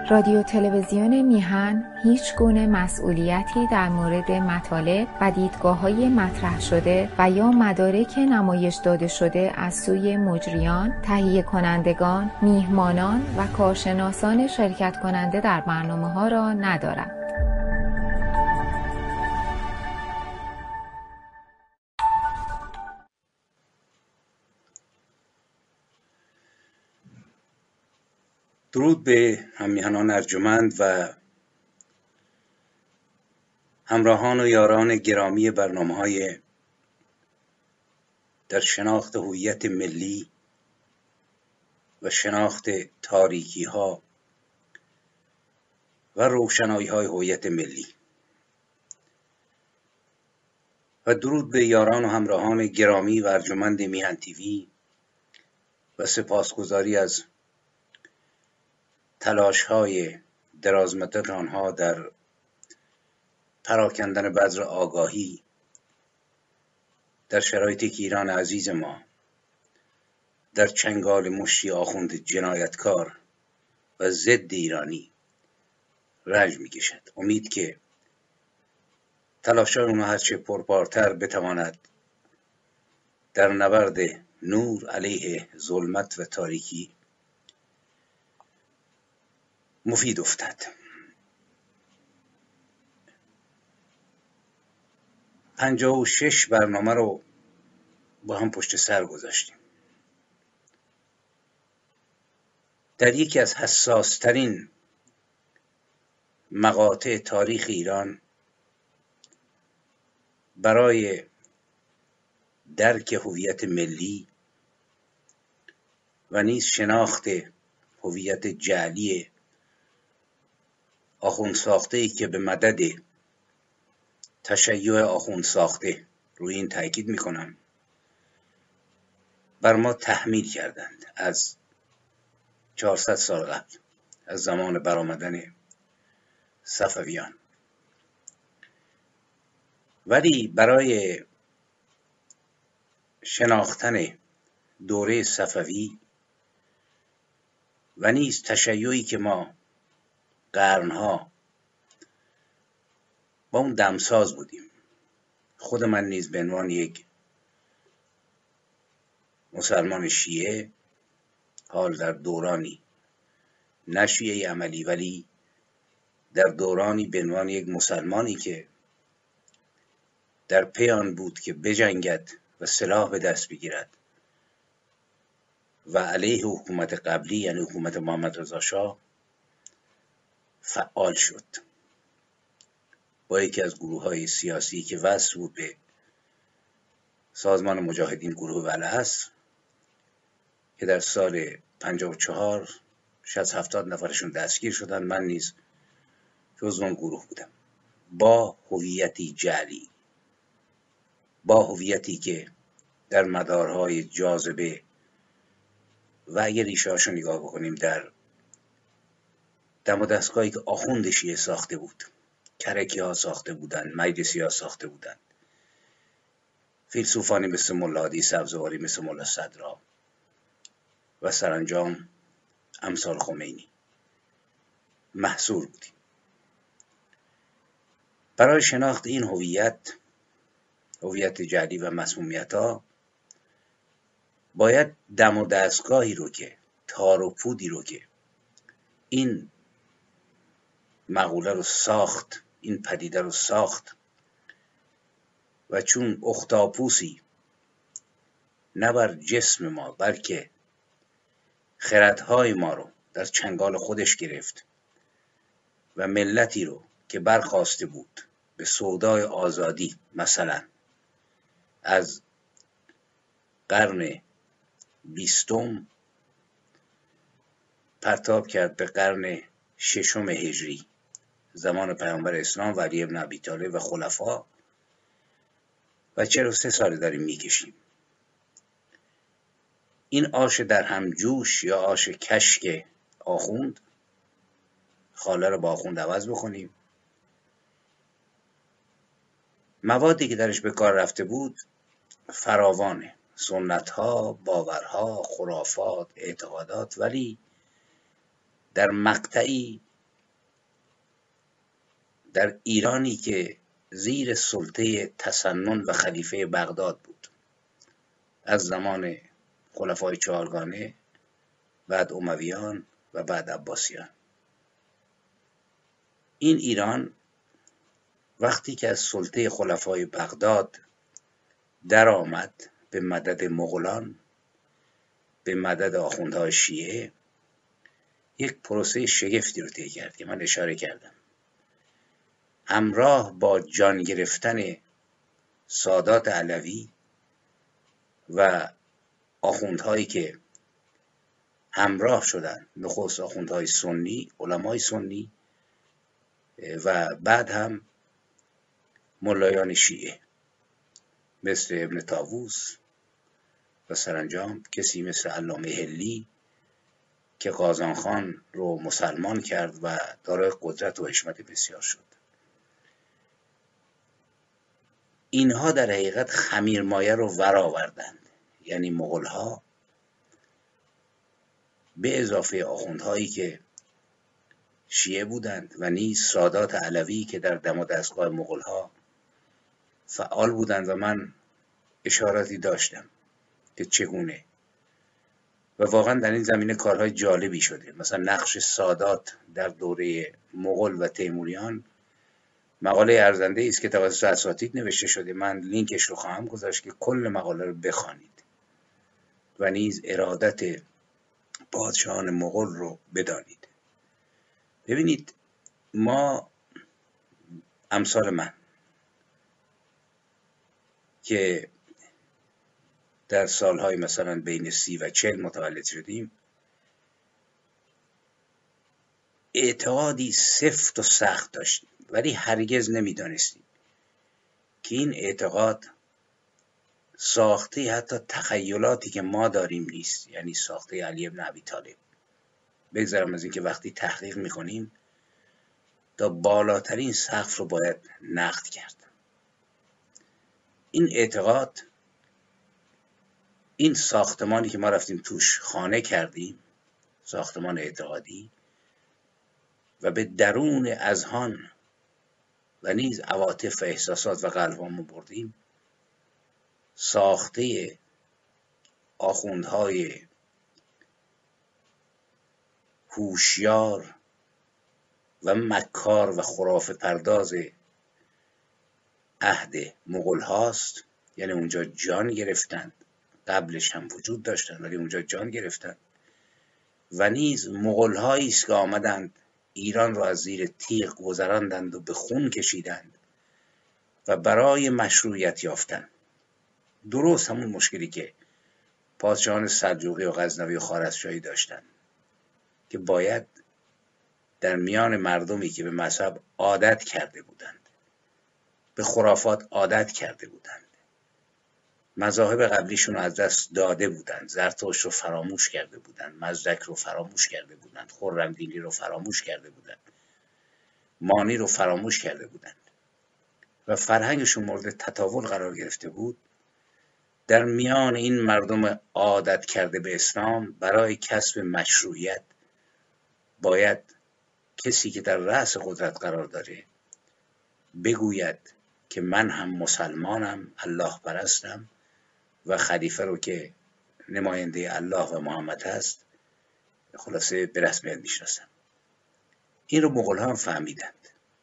رادیو تلویزیون میهن هیچ گونه مسئولیتی در مورد مطالب و دیدگاه‌های مطرح شده و یا مدارک نمایش داده شده از سوی مجریان، تهیه کنندگان، میهمانان و کارشناسان شرکت کننده در برنامه‌ها را ندارد. درود به هم‌میهنان ارجمند و همراهان و یاران گرامی برنامه‌های در شناخت هویت ملی و شناخت تاریکی‌ها و روشنایی‌های هویت ملی و درود به یاران و همراهان گرامی و ارجمند میهن تیوی و سپاسگزاری از تلاش‌های درازمدت آنها در پراکندن بذر آگاهی در شرایطی که ایران عزیز ما در چنگال مشتی آخوند جنایتکار و ضد ایرانی رنج می‌کشد. امید که تلاش‌های اونها هرچه پربارتر بتواند در نبرد نور علیه ظلمت و تاریکی مفید افتد. 56 برنامه رو با هم پشت سر گذاشتیم. در یکی از حساس‌ترین مقاطع تاریخ ایران برای درک هویت ملی و نیز شناخت هویت جعلی آخوندساخته‌ای که به مدد تشیع آخوندساخته روی این تاکید میکنم بر ما تحمیل کردند از 400 سال قبل، از زمان برآمدن صفویان. ولی برای شناختن دوره صفوی و نیز تشیعی که ما قرنها با اون دمساز بودیم، خود من نیز به عنوان یک مسلمان شیعه، حال در دورانی نه شیعه عملی ولی در دورانی به عنوان یک مسلمانی که در پی آن بود که بجنگد و سلاح به دست بگیرد و علیه حکومت قبلی یعنی حکومت محمد رضا شاه فعال شد با یکی از گروه‌های سیاسی که وصل بود به سازمان مجاهدین، گروه والعصر، که در سال 54 شاید 70 نفرشون دستگیر شدن. من نیز جزو اون گروه بودم، با هویتی جعلی، با هویتی که در مدارهای جاذبه و اگر ریشه‌هاشو نگاه بکنیم در دم و دستگاهی که آخوند شیعه ساخته بود، کرکی ها ساخته بودن، مجلسی ها ساخته بودن، فیلسوفانی مثل ملا هادی سبزواری، مثل ملا صدرا و سرانجام امثال خمینی محصور بودیم. برای شناخت این هویت جعلی و مسمومیت ها باید دم و دستگاهی رو که تار و پودی رو که این مقوله رو ساخت، این پدیده رو ساخت و چون اختاپوسی نه بر جسم ما بلکه خردهای ما رو در چنگال خودش گرفت و ملتی رو که برخاسته بود به سودای آزادی، مثلا از قرن 20 پرتاب کرد به قرن 6 هجری، زمان پیامبر اسلام و علی بن ابی طالب و خلفا، و 43 سال داریم میکشیم. این آش در هم جوش یا آش کشک آخوند، خاله رو با آخوند عوض بکنیم، موادی که درش به کار رفته بود فراوانه، سنت‌ها، باورها، خرافات، اعتقادات، ولی در مقطعی در ایرانی که زیر سلطه تسنن و خلیفه بغداد بود، از زمان خلفای چهارگانه، بعد امویان و بعد عباسیان. این ایران وقتی که از سلطه خلفای بغداد در آمد به مدد مغولان، به مدد آخوندهای شیعه، یک پروسه شگفتی رو طی کرد که من اشاره کردم. همراه با جان گرفتن سادات علوی و آخوندهایی که همراه شدند، نخست آخوندهای سنی، علمای سنی، و بعد هم ملایان شیعه مثل ابن طاووس و سرانجام کسی مثل علامه حلی که قازانخان رو مسلمان کرد و دارای قدرت و حشمت بسیار شد. اینها در حقیقت خمیرمایه رو ورآوردند، یعنی مغول‌ها به اضافه آخوندهایی که شیعه بودند و نیز سادات علوی که در دم و دستگاه مغول‌ها فعال بودند و من اشاراتی داشتم که چگونه و واقعا در این زمینه کارهای جالبی شده. مثلا نقش سادات در دوره مغول و تیموریان مقاله ارزنده است که توسط اساتید نوشته شده. من لینکش رو خواهم گذاشت که کل مقاله رو بخوانید و نیز ارادت پادشاهان مغول رو بدانید. ببینید، ما امثال من که در سالهای مثلا بین 30 و 40 متولد شدیم، اعتقادی سفت و سخت داشتیم، ولی هرگز نمیدانستیم که این اعتقاد ساخته حتی تخیلاتی که ما داریم نیست، یعنی ساخته علی بن ابی طالب. بگذارم از اینکه وقتی تحقیق میکنیم تا بالاترین سقف رو باید نقد کرد. این اعتقاد، این ساختمانی که ما رفتیم توش خانه کردیم، ساختمان اعتقادی، و به درون اذهان و نیز عواطف و احساسات و قلبامون بردیم، ساخته آخوندهای هوشیار و مکار و خرافه پرداز عهد مغول هاست. یعنی اونجا جان گرفتند، قبلش هم وجود داشتند ولی اونجا جان گرفتند، و نیز مغول هایی است که آمدند ایران را از زیر تیغ گذراندند و به خون کشیدند و برای مشروعیت یافتن. درست همون مشکلی که پادشاهان سلجوقی و غزنوی و خوارزمشاهی داشتند که باید در میان مردمی که به مذهب عادت کرده بودند، به خرافات عادت کرده بودند، مذاهب قبلیشون رو از دست داده بودند، زرتشت رو فراموش کرده بودند، مزدک رو فراموش کرده بودند، خرمدینی رو فراموش کرده بودند، مانی رو فراموش کرده بودند و فرهنگشون مورد تطاول قرار گرفته بود. در میان این مردم عادت کرده به اسلام، برای کسب مشروعیت باید کسی که در رأس قدرت قرار داره بگوید که من هم مسلمانم، الله پرستم و خلیفه رو که نماینده الله و محمد هست خلاصه به رسمیت میشناسم. این رو مغول ها هم فهمیدند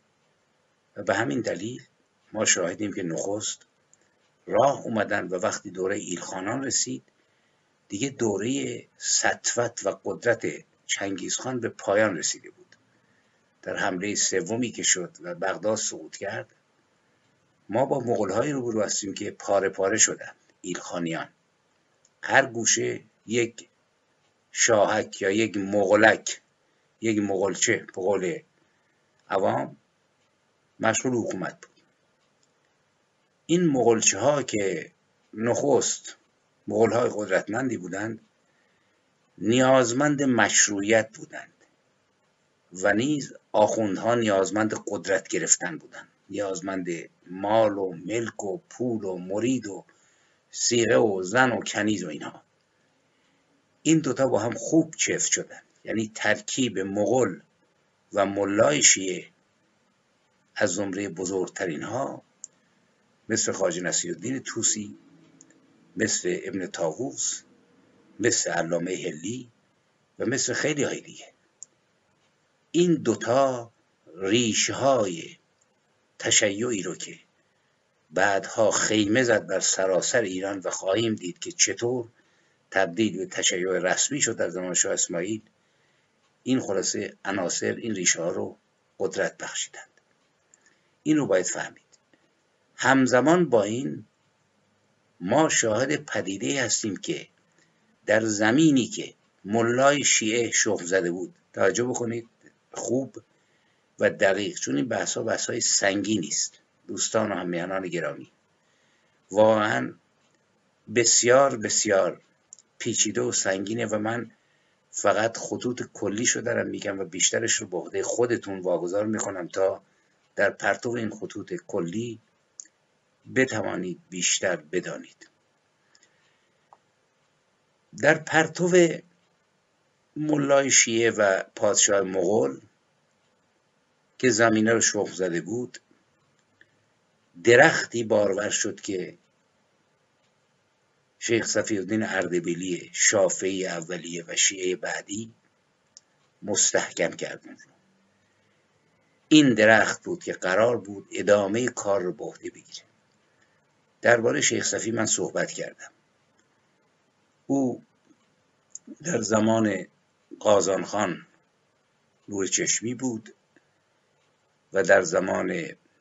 و به همین دلیل ما شاهدیم که نخست راه اومدن و وقتی دوره ایلخانان رسید، دیگه دوره سطوت و قدرت چنگیزخان به پایان رسیده بود. در حمله سومی که شد و بغداد سقوط کرد، ما با مغول‌هایی روبرو هستیم که پاره پاره شدند. ایلخانیان، هر گوشه یک شاهک یا یک مغولک، یک مغولچه به قول عوام، مشغول حکومت بود. این مغولچه ها که نخست مغول های قدرتمندی بودند، نیازمند مشروعیت بودند و نیز آخوندها نیازمند قدرت گرفتن بودند، نیازمند مال و ملک و پول و مرید و صیغه و زن و کنیز و اینها. این دوتا با هم خوب چفت شدن، یعنی ترکیب مغول و ملای شیعه از زمره بزرگترین ها مثل خواجه نصیرالدین طوسی، مثل ابن طاووس، مثل علامه حلی و مثل خیلی های دیگه. این دوتا ریشه های تشیعی رو که بعدها خیمه زد بر سراسر ایران و خواهیم دید که چطور تبدیل به تشیع رسمی شد در زمان شاه اسماعیل، این خلاصه عناصر این ریشه ها رو قدرت بخشیدند. این رو باید فهمید. همزمان با این ما شاهد پدیده هستیم که در زمینی که ملای شیعه شخم زده بود، توجه بکنید خوب و دقیق، چون این بحث ها بحث های سنگینی است دوستان و همیهنان گرامی، واقعا بسیار بسیار پیچیده و سنگینه و من فقط خطوط کلیشو دارم میگم و بیشترش رو به عهده خودتون واگذار میکنم تا در پرتو این خطوط کلی بتوانید بیشتر بدانید. در پرتو ملای شیعه و پادشاه مغول که زمینه رو شخم زده بود، درختی بارور شد که شیخ صفی‌الدین اردبیلی شافعی اولیه و شیعه بعدی مستحکم کردند. این درخت بود که قرار بود ادامه کار رو به عهده بگیره. درباره شیخ صفی من صحبت کردم. او در زمان قازان خان نور چشمی بود و در زمان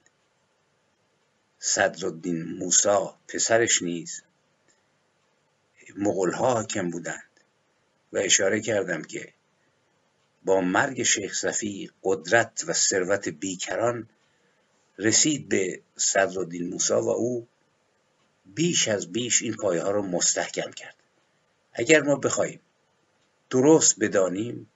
صدرالدین موسی پسرش نیز مغول‌ها حاکم بودند و اشاره کردم که با مرگ شیخ صفی قدرت و ثروت بیکران رسید به صدرالدین موسی و او بیش از بیش این پایه ها رو مستحکم کرد. اگر ما بخوایم درست بدانیم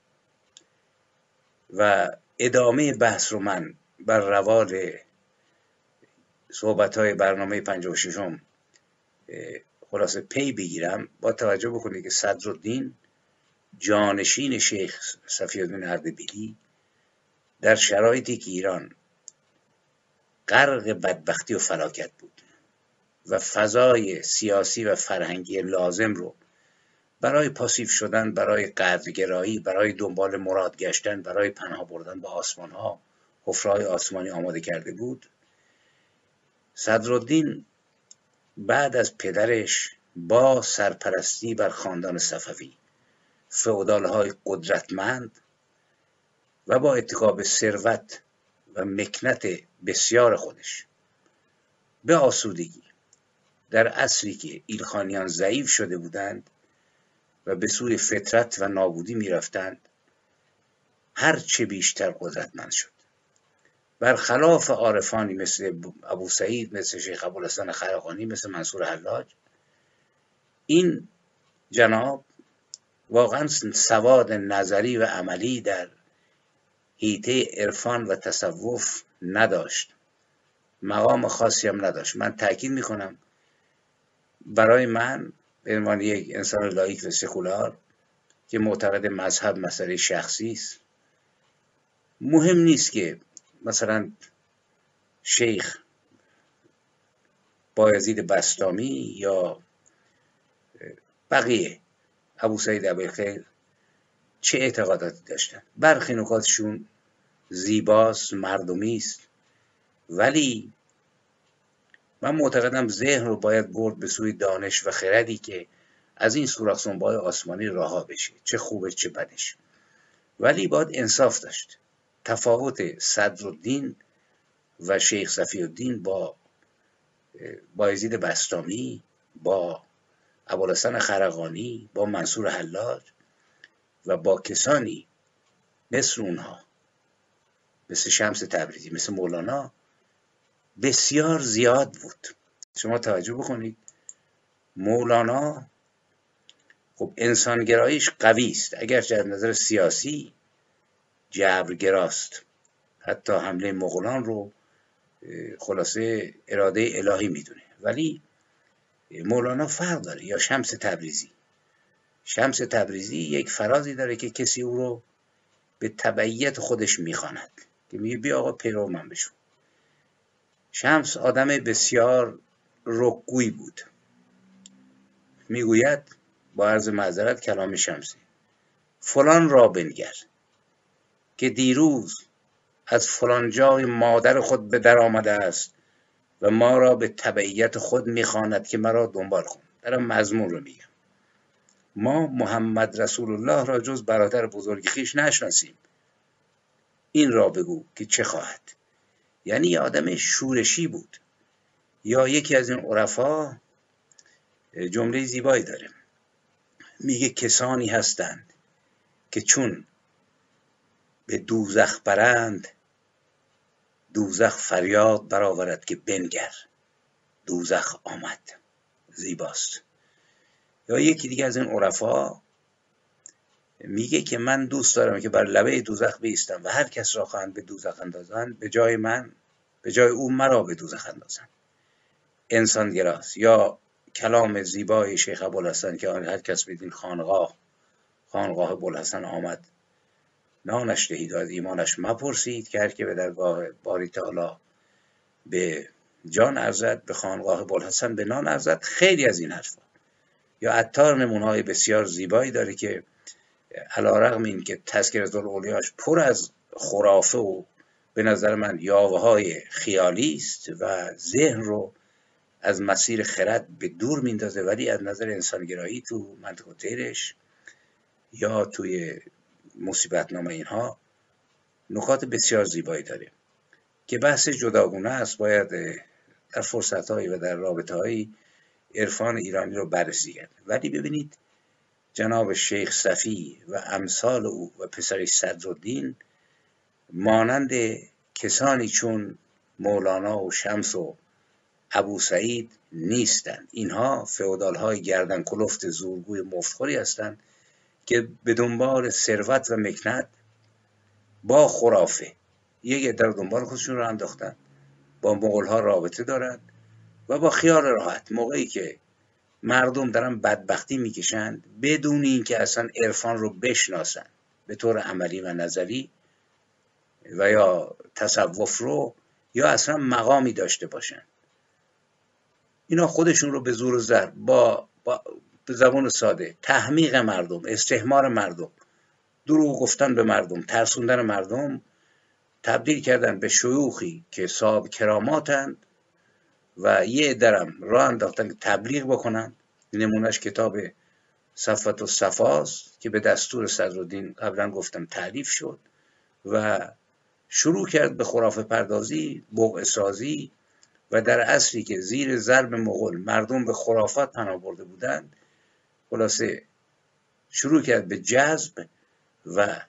و ادامه بحث رو من بر روال صحبت‌های برنامه 56م خلاصه پی بگیرم، با توجه بکنید که صدرالدین جانشین شیخ صفی‌الدین اردبیلی در شرایطی که ایران غرق بدبختی و فلاکت بود و فضای سیاسی و فرهنگی لازم رو برای پاسیو شدن، برای قدرگرایی، برای دنبال مراد گشتن، برای پناه بردن به آسمان ها، حفره‌های آسمانی آماده کرده بود. صدرالدین بعد از پدرش با سرپرستی بر خاندان صفوی، فئودال‌های قدرتمند و با اتکا به ثروت و مکنت بسیار خودش به آسودگی در عصری که ایلخانیان ضعیف شده بودند و به سوی فطرت و نابودی می رفتند، هر چه بیشتر قدرتمند شد. برخلاف عارفانی مثل ابو سعید، مثل شیخ ابوالحسن خرقانی، مثل منصور حلاج، این جناب واقعا سواد نظری و عملی در حیطه عرفان و تصوف نداشت، مقام خاصی هم نداشت. من تأکید میکنم برای من به عنوان یک انسان لایق و سکولار که معتقد مذهب مسئله شخصی است، مهم نیست که مثلا شیخ بایزید بسطامی یا بقیه ابو سعید ابوالخیر چه اعتقاداتی داشتن. برخی نکاتشون زیباست، مردمی است، ولی من معتقدم ذهن رو باید برد به سوی دانش و خردی که از این سوراخ سنبای آسمانی رها بشه، چه خوبه چه بدش. ولی باید انصاف داشت. تفاوت صدرالدین و شیخ صفی‌الدین با بایزید بسطامی، با ابوالحسن خرقانی، با منصور حلاج و با کسانی مثل اونها، مثل شمس تبریزی، مثل مولانا، بسیار زیاد بود. شما توجه بکنید مولانا خب انسانگراییش قوی است، اگرچه از نظر سیاسی جبرگراست، حتی حمله مغولان رو خلاصه اراده الهی میدونه، ولی مولانا فرق داره. یا شمس تبریزی، شمس تبریزی یک فرازی داره که کسی او رو به تبعیت خودش میخواند، که میگه بیا آقا پیرو من بشو. شمس آدم بسیار رکگوی بود. میگوید با عرض معذرت کلام شمسی: فلان را بنگر که دیروز از فلان جای مادر خود به در آمده است و ما را به تبعیت خود میخواند که مرا دنبال کن. دارم مضمون رو میگم. ما محمد رسول الله را جز برادر بزرگ خویش نشناسیم. این را بگو که چه خواهد. یعنی یه آدم شورشی بود. یا یکی از این عرفا جمله زیبایی داره، میگه کسانی هستند که چون به دوزخ برند دوزخ فریاد برآورد که بنگر، دوزخ آمد. زیباست. یا یکی دیگه از این عرفا میگه که من دوست دارم که بر لبه دوزخ بایستم و هر کس را خواهند به دوزخ اندازند به جای او مرا به دوزخ اندازند. انسان گراست. یا کلام زیبای شیخ ابوالحسن که هر کس بدین خانقاه ابوالحسن آمد نانش دهید و از ایمانش مپرسید، که هر که به درگاه باری تعالی به جان ارزد به خانقاه ابوالحسن به نان ارزد. خیلی از این حرفا. یا عطار نمونه‌های بسیار زیبایی داره که علی‌رغم این که تذکرةالاولیاءش پر از خرافه و به نظر من یاوه‌های خیالی است و ذهن رو از مسیر خرد به دور میندازه، ولی از نظر انسانگرایی تو منطق طیرش یا توی مصیبتنامه اینها نکات بسیار زیبایی داره که بحث جداگونه است. باید در فرصت‌هایی و در رابطه‌هایی عرفان ایرانی رو بررسی کرد. ولی ببینید جناب شیخ صفی و امثال او و پسرش صدرالدین مانند کسانی چون مولانا و شمس و ابو سعید نیستند. اینها فئودال‌های گردن کلفت زورگوی مفتخوری هستند که به دنبال ثروت و مکنت با خرافه یک عده رو دنبال خودشون رو انداختن، با مغول‌ها رابطه دارند و با خیال راحت موقعی که مردم دارن بدبختی میکشند بدون اینکه اصلا عرفان رو بشناسن به طور عملی و نظری و یا تصوف رو یا اصلا مقامی داشته باشن، اینا خودشون رو به زور و زر با به زبان ساده تحمیق مردم، استحمار مردم، دروغ گفتن به مردم، ترسوندن مردم تبدیل کردن به شیوخی که صاحب کراماتند و یه درم راه انداختن که تبلیغ بکنن. نمونهش کتاب صفوت و صفاست که به دستور صدرالدین قبلا گفتم تألیف شد و شروع کرد به خرافه پردازی، بقعه سازی و در عصری که زیر ضرب مغول مردم به خرافات پناه برده بودند خلاصه شروع کرد به جذب و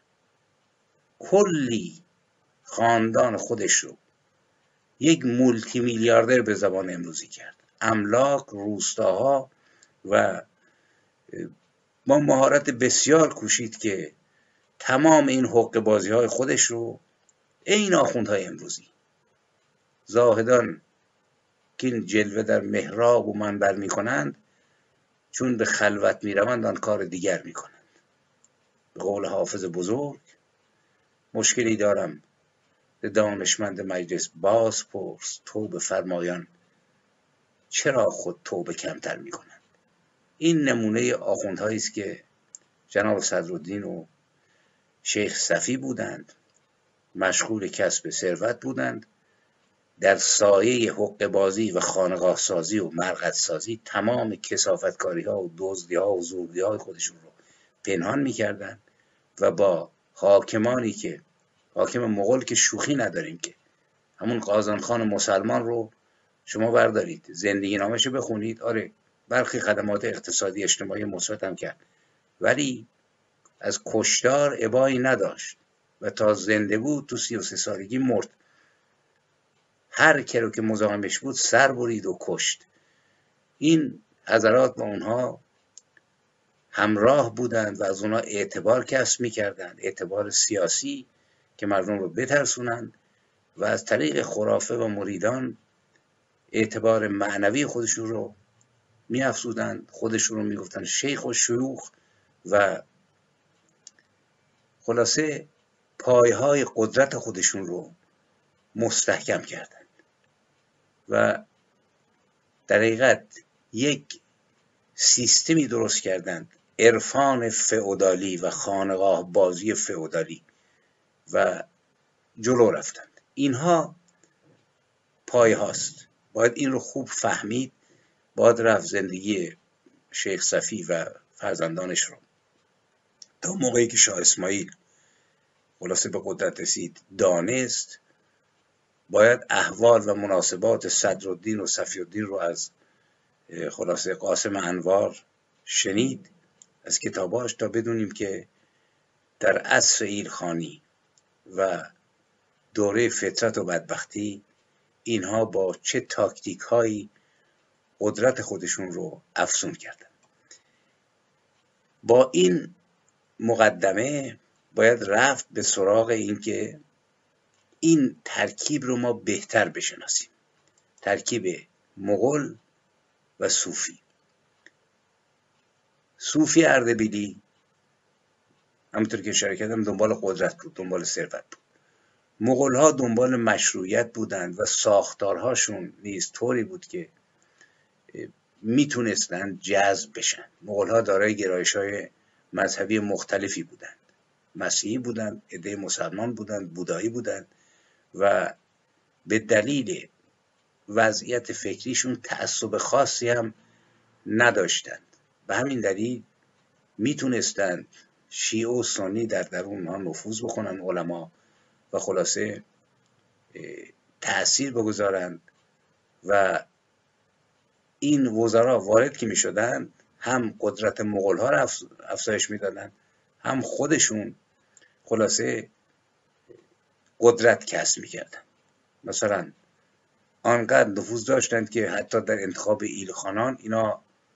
کلی خاندان خودش رو یک مولتی میلیاردر به زبان امروزی کرد. املاک، روستاها و با مهارت بسیار کوشید که تمام این حقه بازی های خودش رو این آخوندهای امروزی زاهدان که این جلوه در محراب و منبر می کنند چون به خلوت می روند آن کار دیگر می کنند. به قول حافظ بزرگ مشکلی دارم به دانشمند مجلس باز پرس توبه فرمایان چرا خود توبه کمتر می کنند. این نمونه آخوندهایی است که جناب صدرالدین و شیخ صفی بودند، مشغول کسب ثروت بودند، در سایه حقه بازی و خانقاه سازی و مرقد سازی تمام کثافتکاری ها و دزدی ها و زورگی های خودشون رو پنهان میکردن و با حاکمانی که حاکم مغول که شوخی نداریم که همون قازان خان مسلمان رو شما بردارید زندگی نامش رو بخونید، آره برخی خدمات اقتصادی اجتماعی مثبت هم کرد ولی از کشتار ابایی نداشت و تا زنده بود تو 33 سالگی مرد. هر کی رو که مزاحمش بود سر برید و کشت. این حضرات با اونها همراه بودند و از اونها اعتبار کسب می‌کردند، اعتبار سیاسی که مردم رو بترسونند و از طریق خرافه و مریدان اعتبار معنوی خودشون رو می‌افزودند، خودشون رو میگفتن شیخ و شیوخ و خلاصه پایه‌های قدرت خودشون رو مستحکم کردند. و در حقیقت یک سیستمی درست کردند، عرفان فئودالی و خانقاه بازی فئودالی، و جلو رفتند. اینها پایه هاست، باید این رو خوب فهمید، باید رفت زندگی شیخ صفی و فرزندانش رو تا موقعی که شاه اسماعیل خلاصه به قدرت رسید دانست، باید احوال و مناسبات صدرالدین و صفی الدین رو از خلاصه قاسم انوار شنید، از کتاباش، تا بدونیم که در عصر ایلخانی و دوره فطرت و بدبختی اینها با چه تاکتیک هایی قدرت خودشون رو افزون کردن. با این مقدمه باید رفت به سراغ این که این ترکیب رو ما بهتر بشناسیم، ترکیب مغول و صوفی. صوفی اردبیلی همونطور که اشاره کردم دنبال قدرت بود، دنبال ثروت بود. مغول ها دنبال مشروعیت بودند و ساختارهاشون نیز طوری بود که میتونستند جذب بشن. مغول ها دارای گرایش های مذهبی مختلفی بودند، مسیحی بودند، عده مسلمان بودند، بودایی بودند و به دلیل وضعیت فکریشون تعصب خاصی هم نداشتند. به همین دلیل میتونستند شیعه و سنی در درون اونها نفوذ بکنن، علما، و خلاصه تأثیر بگذارند و این وزرا وارد که میشدند هم قدرت مغول ها را افزایش میدادند، هم خودشون خلاصه قدرت کسب میکردن. مثلا آنقدر نفوذ داشتند که حتی در انتخاب ایلخانان اینا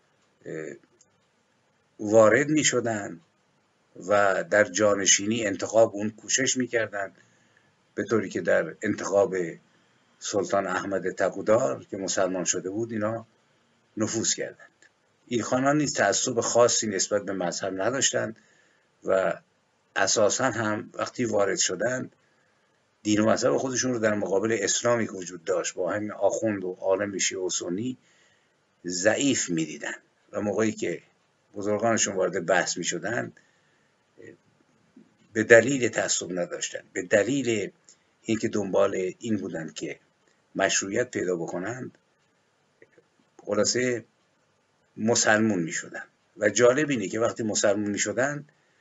وارد میشدند و در جانشینی انتخاب اون کوشش میکردند، به طوری که در انتخاب سلطان احمد تقودار که مسلمان شده بود اینا نفوذ کردند. ایلخانان نیز تعصب خاصی نسبت به مذهب نداشتند و اساساً هم وقتی وارد شدند دین و مذهب خودشون رو در مقابل اسلامی که وجود داشت با همین آخوند و عالم شیعه و سنی ضعیف می‌دیدن و موقعی که بزرگانشون وارد بحث می‌شدن به دلیل تعصب نداشتن، به دلیل اینکه دنبال این بودند که مشروعیت پیدا بکنند، خلاصه مسلمون می‌شدن. و جالب اینه که وقتی مسلمون می‌شدن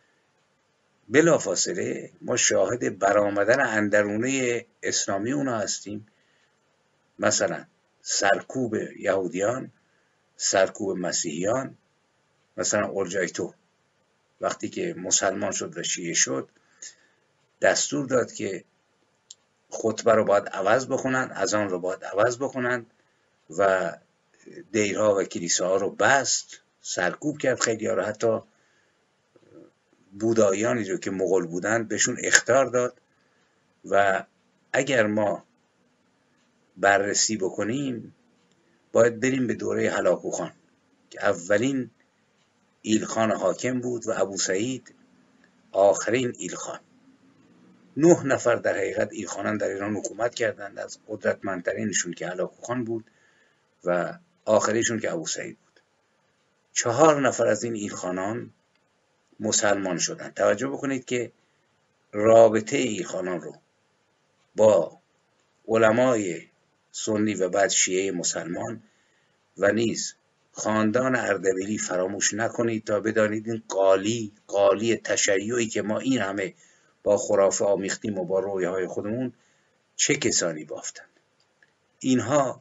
بلافاصله ما شاهد برآمدن اندرونه اسلامی اونا هستیم. مثلا سرکوب یهودیان، سرکوب مسیحیان. مثلا اورجایتو وقتی که مسلمان شد و شیعه شد دستور داد که خطبه رو باید عوض بکنن، اذان رو باید عوض بکنن و دیرها و کلیساها رو بست، سرکوب کرد خیلی ها رو. حتی بوداییانی رو که مغول بودن بهشون اخطار داد. و اگر ما بررسی بکنیم باید بریم به دوره هلاکو خان که اولین ایلخان حاکم بود و ابو سعید آخرین ایلخان. 9 نفر در حقیقت ایلخانان در ایران حکومت کردند، از قدرتمندترینشون که هلاکو خان بود و آخریشون که ابو سعید بود. 4 نفر از این ایلخانان مسلمان شدند. توجه بکنید که رابطه ایلخانان رو با علمای سنی و بعد شیعه مسلمان و نیز خاندان اردبیلی فراموش نکنید تا بدانید این قالی تشیعی که ما این همه با خرافه آمیختیم و با رویاهای خودمون چه کسانی بافتند. اینها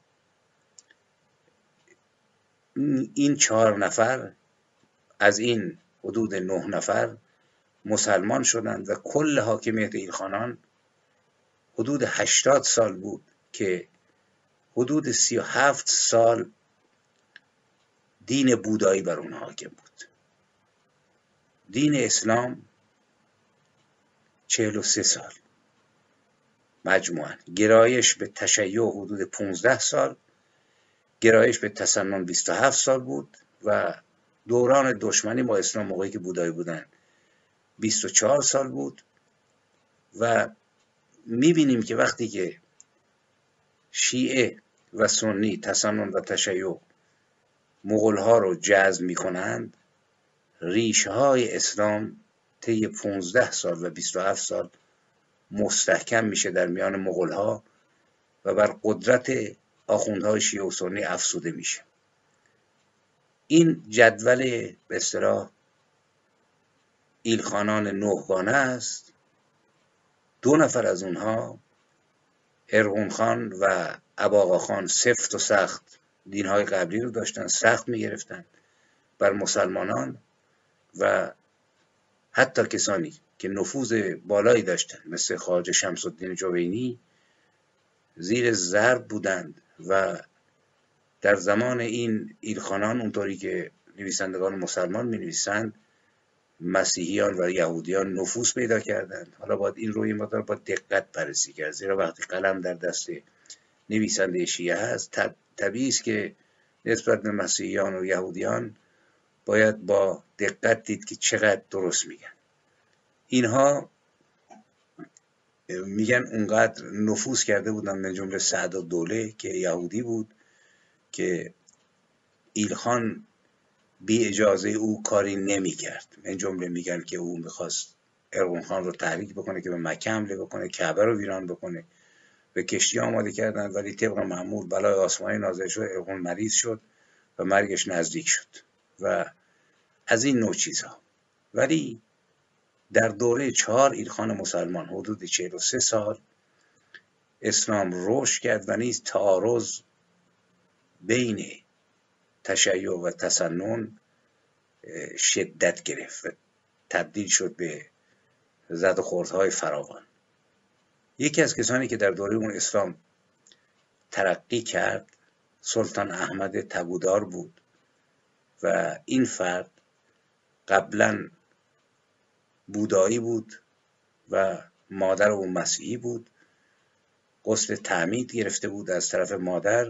این 4 نفر از این حدود 9 نفر مسلمان شدند و کل حاکمیت ایلخانان حدود 80 سال بود که حدود 37 سال دین بودایی بر اون حاکم بود. دین اسلام 43 سال مجموعاً. گرایش به تشیع حدود 15 سال، گرایش به تسنن 27 سال بود و دوران دشمنی با اسلام موقعی که بودایی بودن 24 سال بود. و میبینیم که وقتی که شیعه و سنی تسنن و تشیع مغول ها رو جذب می کنند، ریشه های اسلام طی 15 سال و 27 سال مستحکم میشه در میان مغول ها و بر قدرت آخوندهای شیعه و سنی افزوده میشه. این جدول به اصطلاح ایلخانان 9 گانه است. 2 نفر از اونها، ارغون خان و اباقا خان، سفت و سخت دینهای قبلی رو داشتن، سخت میگرفتن بر مسلمانان و حتی کسانی که نفوذ بالایی داشتن مثل خواجه شمس الدین جوینی زیر ضرب بودند و در زمان این ایلخانان، اونطوری که نویسندگان مسلمان می نویسند، مسیحیان و یهودیان نفوذ پیدا کردند. حالا باید این رو یه مقدار با دقت بررسی کرد، زیرا وقتی قلم در دست نویسنده شیعه هست طبیعی است که نسبت به مسیحیان و یهودیان باید با دقت دید که چقدر درست میگن. اینها میگن اونقدر نفوذ کرده بودن، من جمله سعدالدوله که یهودی بود، که ایلخان بی اجازه او کاری نمی کرد. من جمله میگن که او میخواست ارغون خان رو تحریک بکنه که به مکه حمله بکنه، کعبه رو ویران بکنه، به کشتی آماده کردن، ولی طبق معمول بلای آسمانی نازل شد، ارغون مریض شد و مرگش نزدیک شد و از این نوع چیزها. ولی در دوره 4 ایلخان مسلمان حدود 43 سال اسلام رشد کرد و نیز تعارض بین تشیع و تسنن شدت گرفت و تبدیل شد به زد و خوردهای فراوان. یکی از کسانی که در دوره اون اسلام ترقی کرد سلطان احمد تبودار بود و این فرد قبلا بودایی بود و مادر او مسیحی بود. غسل تعمید گرفته بود از طرف مادر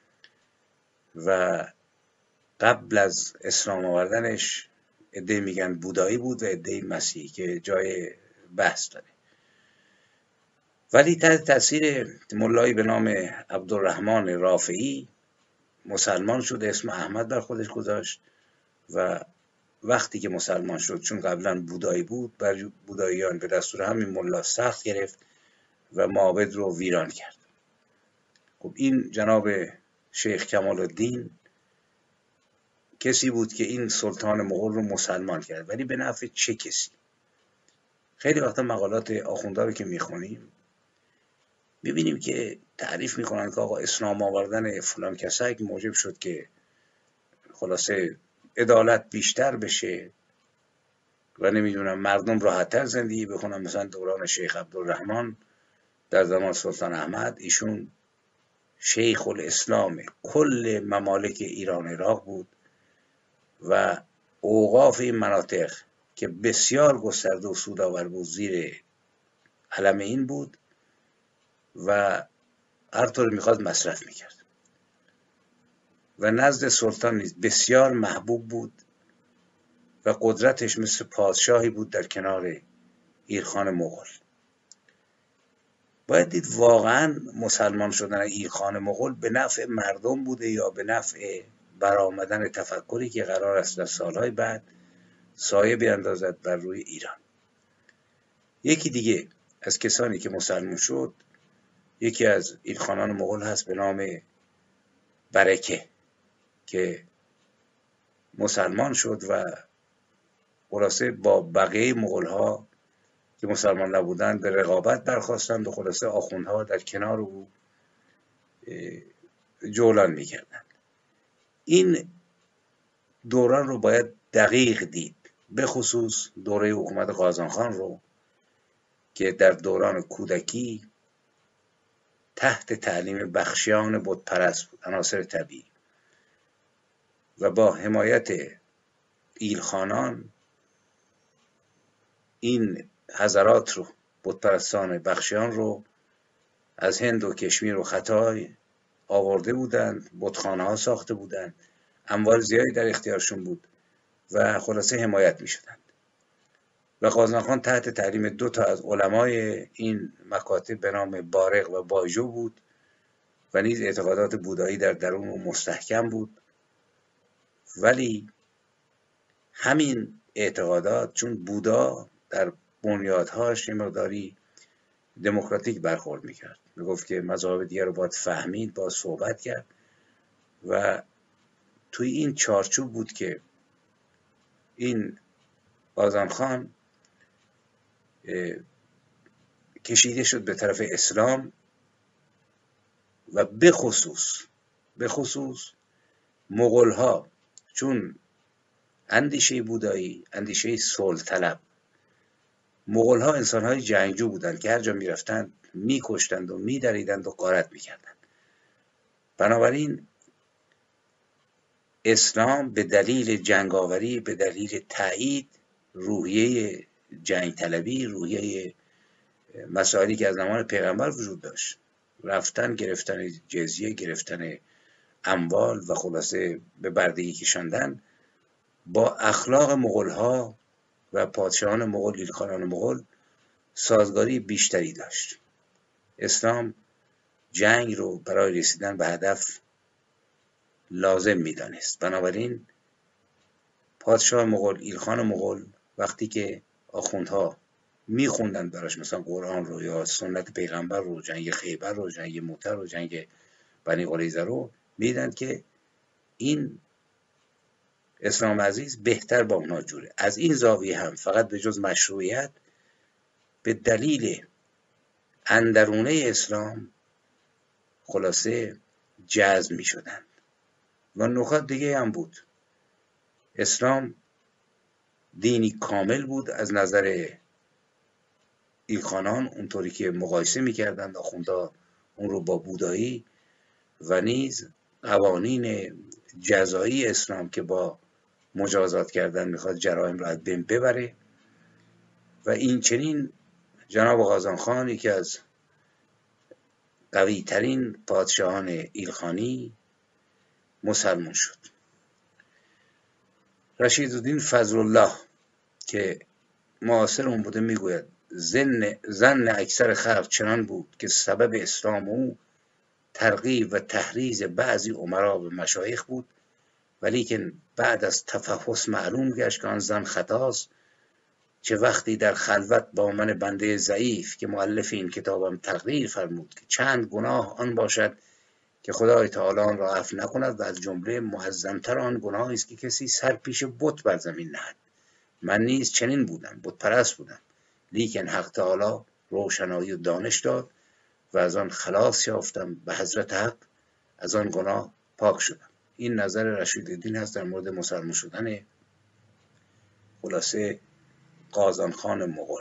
و قبل از اسلام آوردنش عده‌ای میگن بودایی بود و عده‌ای مسیحی، که جای بحث داره. ولی تحت تاثیر ملایی به نام عبدالرحمن رافعی مسلمان شد، اسم احمد بر خودش گذاشت و وقتی که مسلمان شد، چون قبلا بودایی بود، بر بوداییان به دستور همین ملا سخت گرفت و معابد رو ویران کرد. خب این جناب شیخ کمال الدین کسی بود که این سلطان مغول رو مسلمان کرد، ولی به نفع چه کسی؟ خیلی وقتا مقالات آخوندا رو که میخونیم میبینیم که تعریف میکنن که آقا اسلام آوردن فلان کسک موجب شد که خلاصه عدالت بیشتر بشه و نمیدونم مردم راحت‌تر زندگی بکنن. مثلا دوران شیخ عبدالرحمن در زمان سلطان احمد، ایشون شیخ الاسلام کل ممالک ایران عراق بود و اوقاف این مناطق که بسیار گسترده و سودآور بود زیر علم این بود و هر طور میخواد مصرف میکرد و نزد سلطان نیز بسیار محبوب بود و قدرتش مثل پادشاهی بود در کنار ایلخان مغول. باید دید واقعا مسلمان شدن ایلخان مغول به نفع مردم بوده یا به نفع برآمدن تفکری که قرار است در سالهای بعد سایه بیندازد بر روی ایران. یکی دیگه از کسانی که مسلمان شد، یکی از ایلخانان مغول هست به نام برکه که مسلمان شد و خلاصه با بقیه مغول ها که مسلمان نبودند به رقابت برخواستند و خلاصه آخوندها در کنار او جولان میکردند. این دوران رو باید دقیق دید، به خصوص دوره حکومت قازنخان رو که در دوران کودکی تحت تعلیم بخشیان بتپرست بود، عناصر طبیعی، و با حمایت ایلخانان این حضرات رو، بتپرستان بخشیان رو، از هند و کشمیر و خطای آورده بودند، بتخانه ها ساخته بودند، اموال زیادی در اختیارشون بود و خلاصه حمایت می شدند. و قازنخان تحت تعلیم 2 تا از علمای این مکاتب به نام بارق و بایجو بود و نیز اعتقادات بودایی در درون او مستحکم بود، ولی همین اعتقادات چون بودا در بنیادهاش یه مقداری دموکراتیک برخورد میکرد، میگفت که مذاهب دیگر رو باید فهمید، باید صحبت کرد و توی این چارچوب بود که این قازان خان کشیده شد به طرف اسلام و به خصوص مغول ها، چون اندیشه بودایی، اندیشه صلح طلب، مغول ها انسان های جنگجو بودند که هر جا می رفتند می کشتند و می دریدند و غارت می کردند. بنابراین اسلام به دلیل جنگاوری، به دلیل تایید روحیه جنگ طلبی، روحیه مسائلی که از زمان پیغمبر وجود داشت، رفتن گرفتن جزیه، گرفتن اموال و خلاصه به بردگی کشاندن، با اخلاق مغول ها و پادشاهان مغول، ایلخانان مغول سازگاری بیشتری داشت. اسلام جنگ رو برای رسیدن به هدف لازم میدانست. بنابراین پادشاه مغول، ایلخان مغول، وقتی که آخوندها میخوندن براش مثلا قرآن رو یا سنت پیغمبر رو، جنگ خیبر رو، جنگ موته رو، جنگ بنی قریظه رو، میدن که این اسلام عزیز بهتر با اونا جوره. از این زاویه هم فقط به جز مشروعیت، به دلیل اندرونه اسلام خلاصه جذب می شدن. و نکات دیگه هم بود. اسلام دینی کامل بود از نظر ایلخانان، اونطوری که مقایسه میکردند آخوندها اون رو با بودایی، و نیز قوانین جزایی اسلام که با مجازات کردن میخواد جرایم را از بین ببره. و این چنین جناب قازان خان یکی از قوی ترین پادشاهان ایلخانی مسلمان شد. رشیدالدین فضل الله که معاصر اون بوده میگوید ظن اکثر خلق چنان بود که سبب اسلام او ترغیب و تحریض بعضی امرا و مشایخ بود، ولیکن بعد از تفحص معلوم گشت که آن ظن خطاست. چه وقتی در خلوت با من بنده ضعیف که مؤلف این کتابم تقریر فرمود که چند گناه آن باشد که خدای تعالی آن را عفو نکند و از جمله معظمتر آن گناهی است که کسی سر پیش بت بر زمین نهد. من نیز چنین بودم، بت پرست بودم، لیکن حق تعالی روشنایی و دانش داد و از آن خلاص یافتم، به حضرت حق از آن گناه پاک شدم. این نظر رشیدالدین هست در مورد مسلمان شدن خلاصه قازان خان مغول.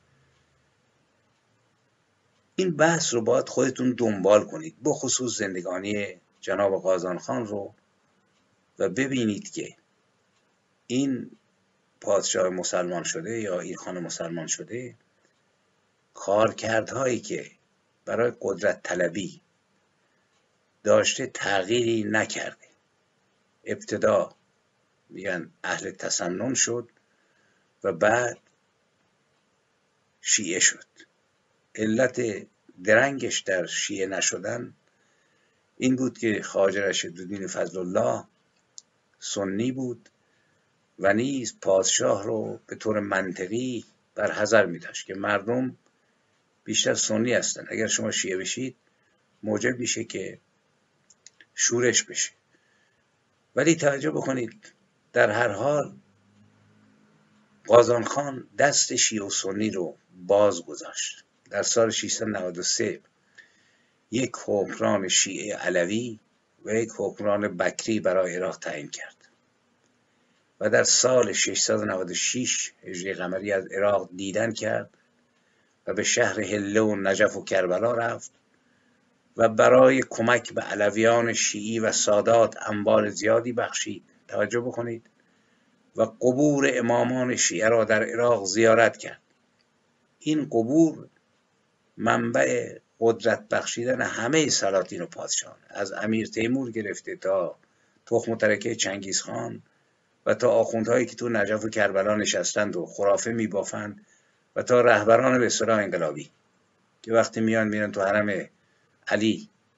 این بحث رو باید خودتون دنبال کنید، بخصوص زندگانی جناب قازان خان رو، و ببینید که این پادشاه مسلمان شده یا ایلخان مسلمان شده کارکردهایی که برای قدرت طلبی داشته تغییری نکرده. ابتدا میگن اهل تسنن شد و بعد شیعه شد. علت درنگش در شیعه نشدن این بود که خواجه رشیدالدین فضل الله سنی بود و نیز پادشاه رو به طور منطقی بر حذر می داشت که مردم بیشتر سنی هستن، اگر شما شیعه بشید موجب میشه که شورش بشه. ولی توجه بکنید، در هر حال قازان خان دست شیعه و سنی رو باز گذاشت. در سال 693 یک حکمران شیعه علوی و یک حکمران بکری برای عراق تعیین کرد و در سال 696 هجری قمری از عراق دیدن کرد و به شهر هله و نجف و کربلا رفت و برای کمک به علویان شیعی و سادات اموال زیادی بخشید. توجه بکنید، و قبور امامان شیعه را در عراق زیارت کرد. این قبور منبع قدرت بخشیدن همه سلاطین و پادشاهان، از امیر تیمور گرفته تا تخم و ترکه چنگیز خان و تا آخوندهایی که تو نجف و کربلا نشستند و خرافه میبافند و تا رهبران به اصطلاح انقلابی که وقتی میرن تو حرم علی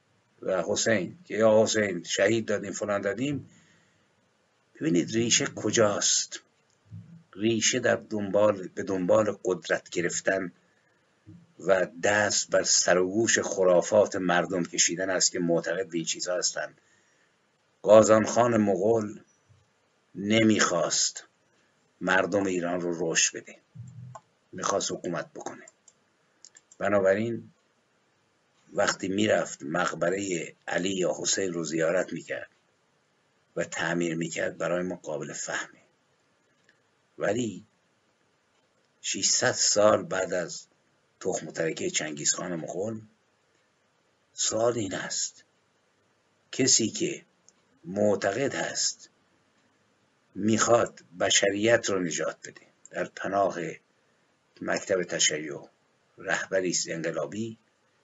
و حسین که یا حسین شهید دادیم فلان دادیم، ببینید ریشه کجاست. ریشه در به دنبال قدرت گرفتن و دست بر سر و گوش خرافات مردم کشیدن است که معتقد به این چیزها هستند. قازان خان مغول نمیخواست مردم ایران رو رشد بده، میخواست حکومت بکنه. بنابراین وقتی میرفت مقبره علی یا حسین رو زیارت میکرد و تعمیر میکرد برای ما قابل فهمه. ولی 600 سال بعد از تخم و ترکه چنگیزخان مغول، سوال این است کسی که معتقد هست میخواد بشریت رو نجات بده در پناه مکتب تشیع، رهبری انقلابی،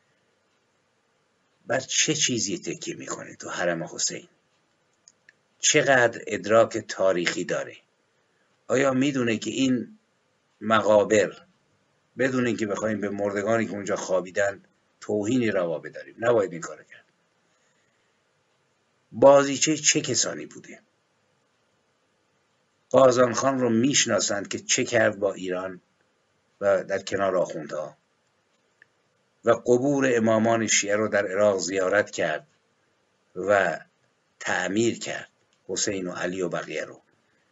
بر چه چیزی تکیه میکنه تو حرم حسین؟ چقدر ادراک تاریخی داره؟ آیا میدونه که این مقابر بدون اینکه بخوایم به مردگانی که اونجا خوابیدن توهینی روا بداریم، نباید این کارو کرد؟ بازیچه چه کسانی بوده؟ قازان خان رو میشناسند که چه کرد با ایران و در کنار آخوندها و قبور امامان شیعه رو در عراق زیارت کرد و تعمیر کرد، حسین و علی و بقیه رو،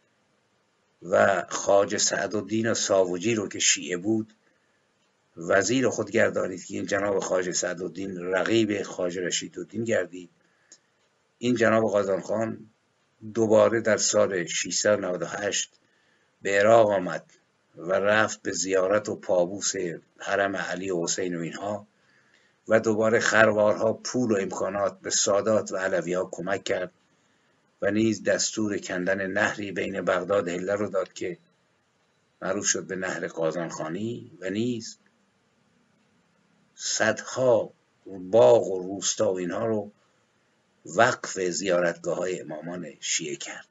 و خواجه سعدالدین ساوجی رو که شیعه بود وزیر خود گردانید که این جناب خواجه سعدالدین رقیب خواجه رشیدالدین گردید. این جناب قازان خان دوباره در سال 698 به عراق آمد و رفت به زیارت و پابوس حرم علی و حسین و اینها و دوباره خروارها پول و امکانات به سادات و علوی ها کمک کرد و نیز دستور کندن نهری بین بغداد و هله رو داد که معروف شد به نهر قازان خانی، و نیز صدها باغ و روستا و اینها رو وقف زیارتگاه های امامان شیعه کرد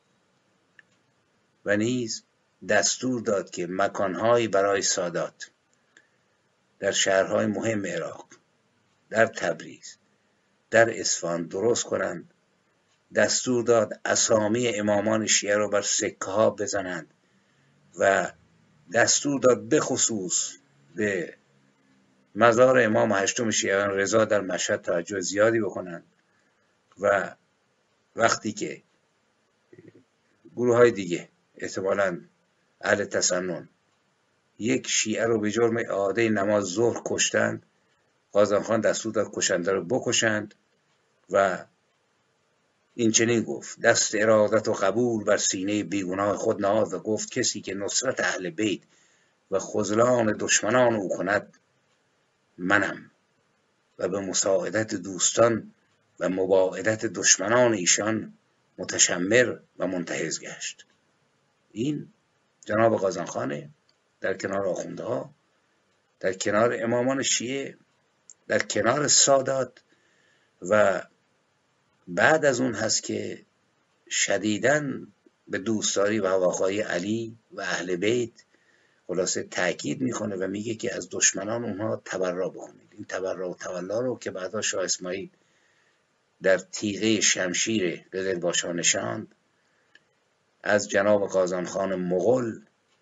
و نیز دستور داد که مکانهایی برای سادات در شهرهای مهم عراق، در تبریز، در اصفهان درست کنند. دستور داد اسامی امامان شیعه رو بر سکه ها بزنند و دستور داد به خصوص به مزار امام هشتم شیعیان رضا در مشهد توجه زیادی بکنند و وقتی که گروه های دیگه احتمالاً اهل تسنن یک شیعه رو به جرم اعاده نماز ظهر کشتند، قازان خان دستور داد کشنده رو بکشند و این چنین گفت: دست ارادت و قبول بر سینه بیگناه خود نهاد و گفت کسی که نصرت اهل بیت و خذلان دشمنان او کند منم و به مساعدت دوستان و مباعدت دشمنان ایشان متشمر و منتهز گشت. این جناب قازان خانه در کنار آخوندها، در کنار امامان شیعه، در کنار سادات، و بعد از اون هست که شدیداً به دوستداری و هواخواهی علی و اهل بیت خلاصه تاکید میکنه و میگه که از دشمنان اونها تبرا بکنید. این تبرا و تولا رو که بعدا شاه اسماعیل در تیغه شمشیر قزلباشان نشاند، از جناب قازان خان مغول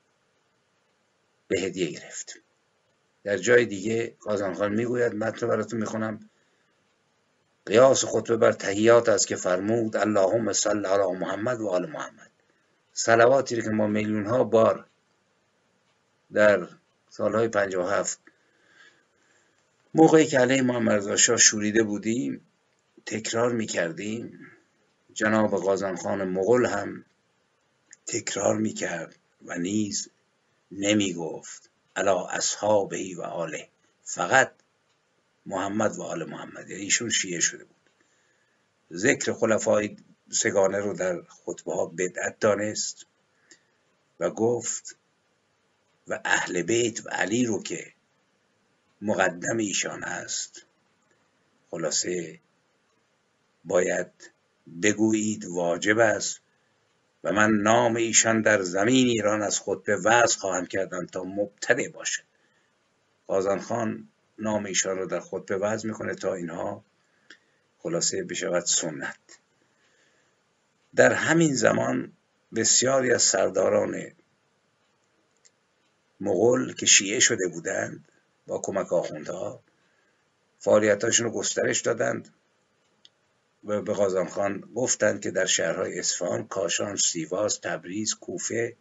به هدیه گرفت. در جای دیگه قازان خان میگوید، متن براتون میخونم: قیاس خطبه بر تحیات است که فرمود اللهم صل علی محمد و آل محمد. صلواتی که ما میلیون ها بار در سالهای 57 موقعی که علیه محمد رضا شاه شوریده بودیم تکرار میکردیم، جناب قازان خان مغول هم تکرار میکرد و نیز نمیگفت علی اصحابه و آله، فقط محمد و آل محمد. یعنی ایشون شیعه شده بود. ذکر خلفای سگانه رو در خطبه ها بدعت دانست و گفت و اهل بیت و علی رو که مقدم ایشان است خلاصه باید بگویید، واجب است، و من نام ایشان در زمین ایران از خطبه وضع خواهم کردن تا مبتدع باشد. قازان خان نام ایشان رو در خطبه وضع میکنه تا اینها خلاصه بشود سنت. در همین زمان بسیاری از سرداران مغول که شیعه شده بودند با کمک آخوندها فعالیتاشون رو گسترش دادند و به قازان خان گفتند که در شهرهای اصفهان، کاشان، سیواس، تبریز، کوفه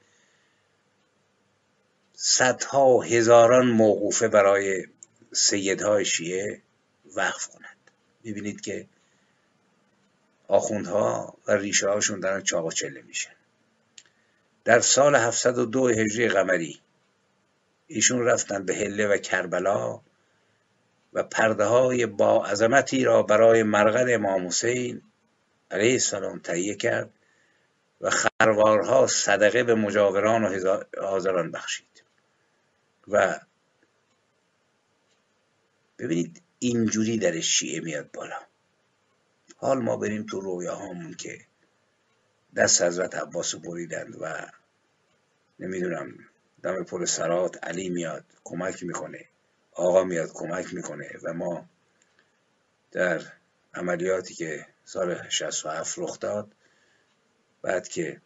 صدها و هزاران موقوفه برای سیدهای شیعه وقف کنند. میبینید که آخوندها و ریشه هاشون دارن چاق و چله میشن. در سال 702 هجری قمری ایشون رفتن به حله و کربلا و پرده های با عظمتی را برای مرقد امام حسین علیه السلام تهیه کرد و خروارها صدقه به مجاوران و حاضران بخشید. و ببینید اینجوری در شیعه میاد بالا. حال ما بریم تو رویاهامون که دست حضرت عباس رو بریدند و نمیدونم دم پل سرات علی میاد کمک میکنه، آقا میاد کمک میکنه و ما در عملیاتی که سال 67 رخ داد بعد که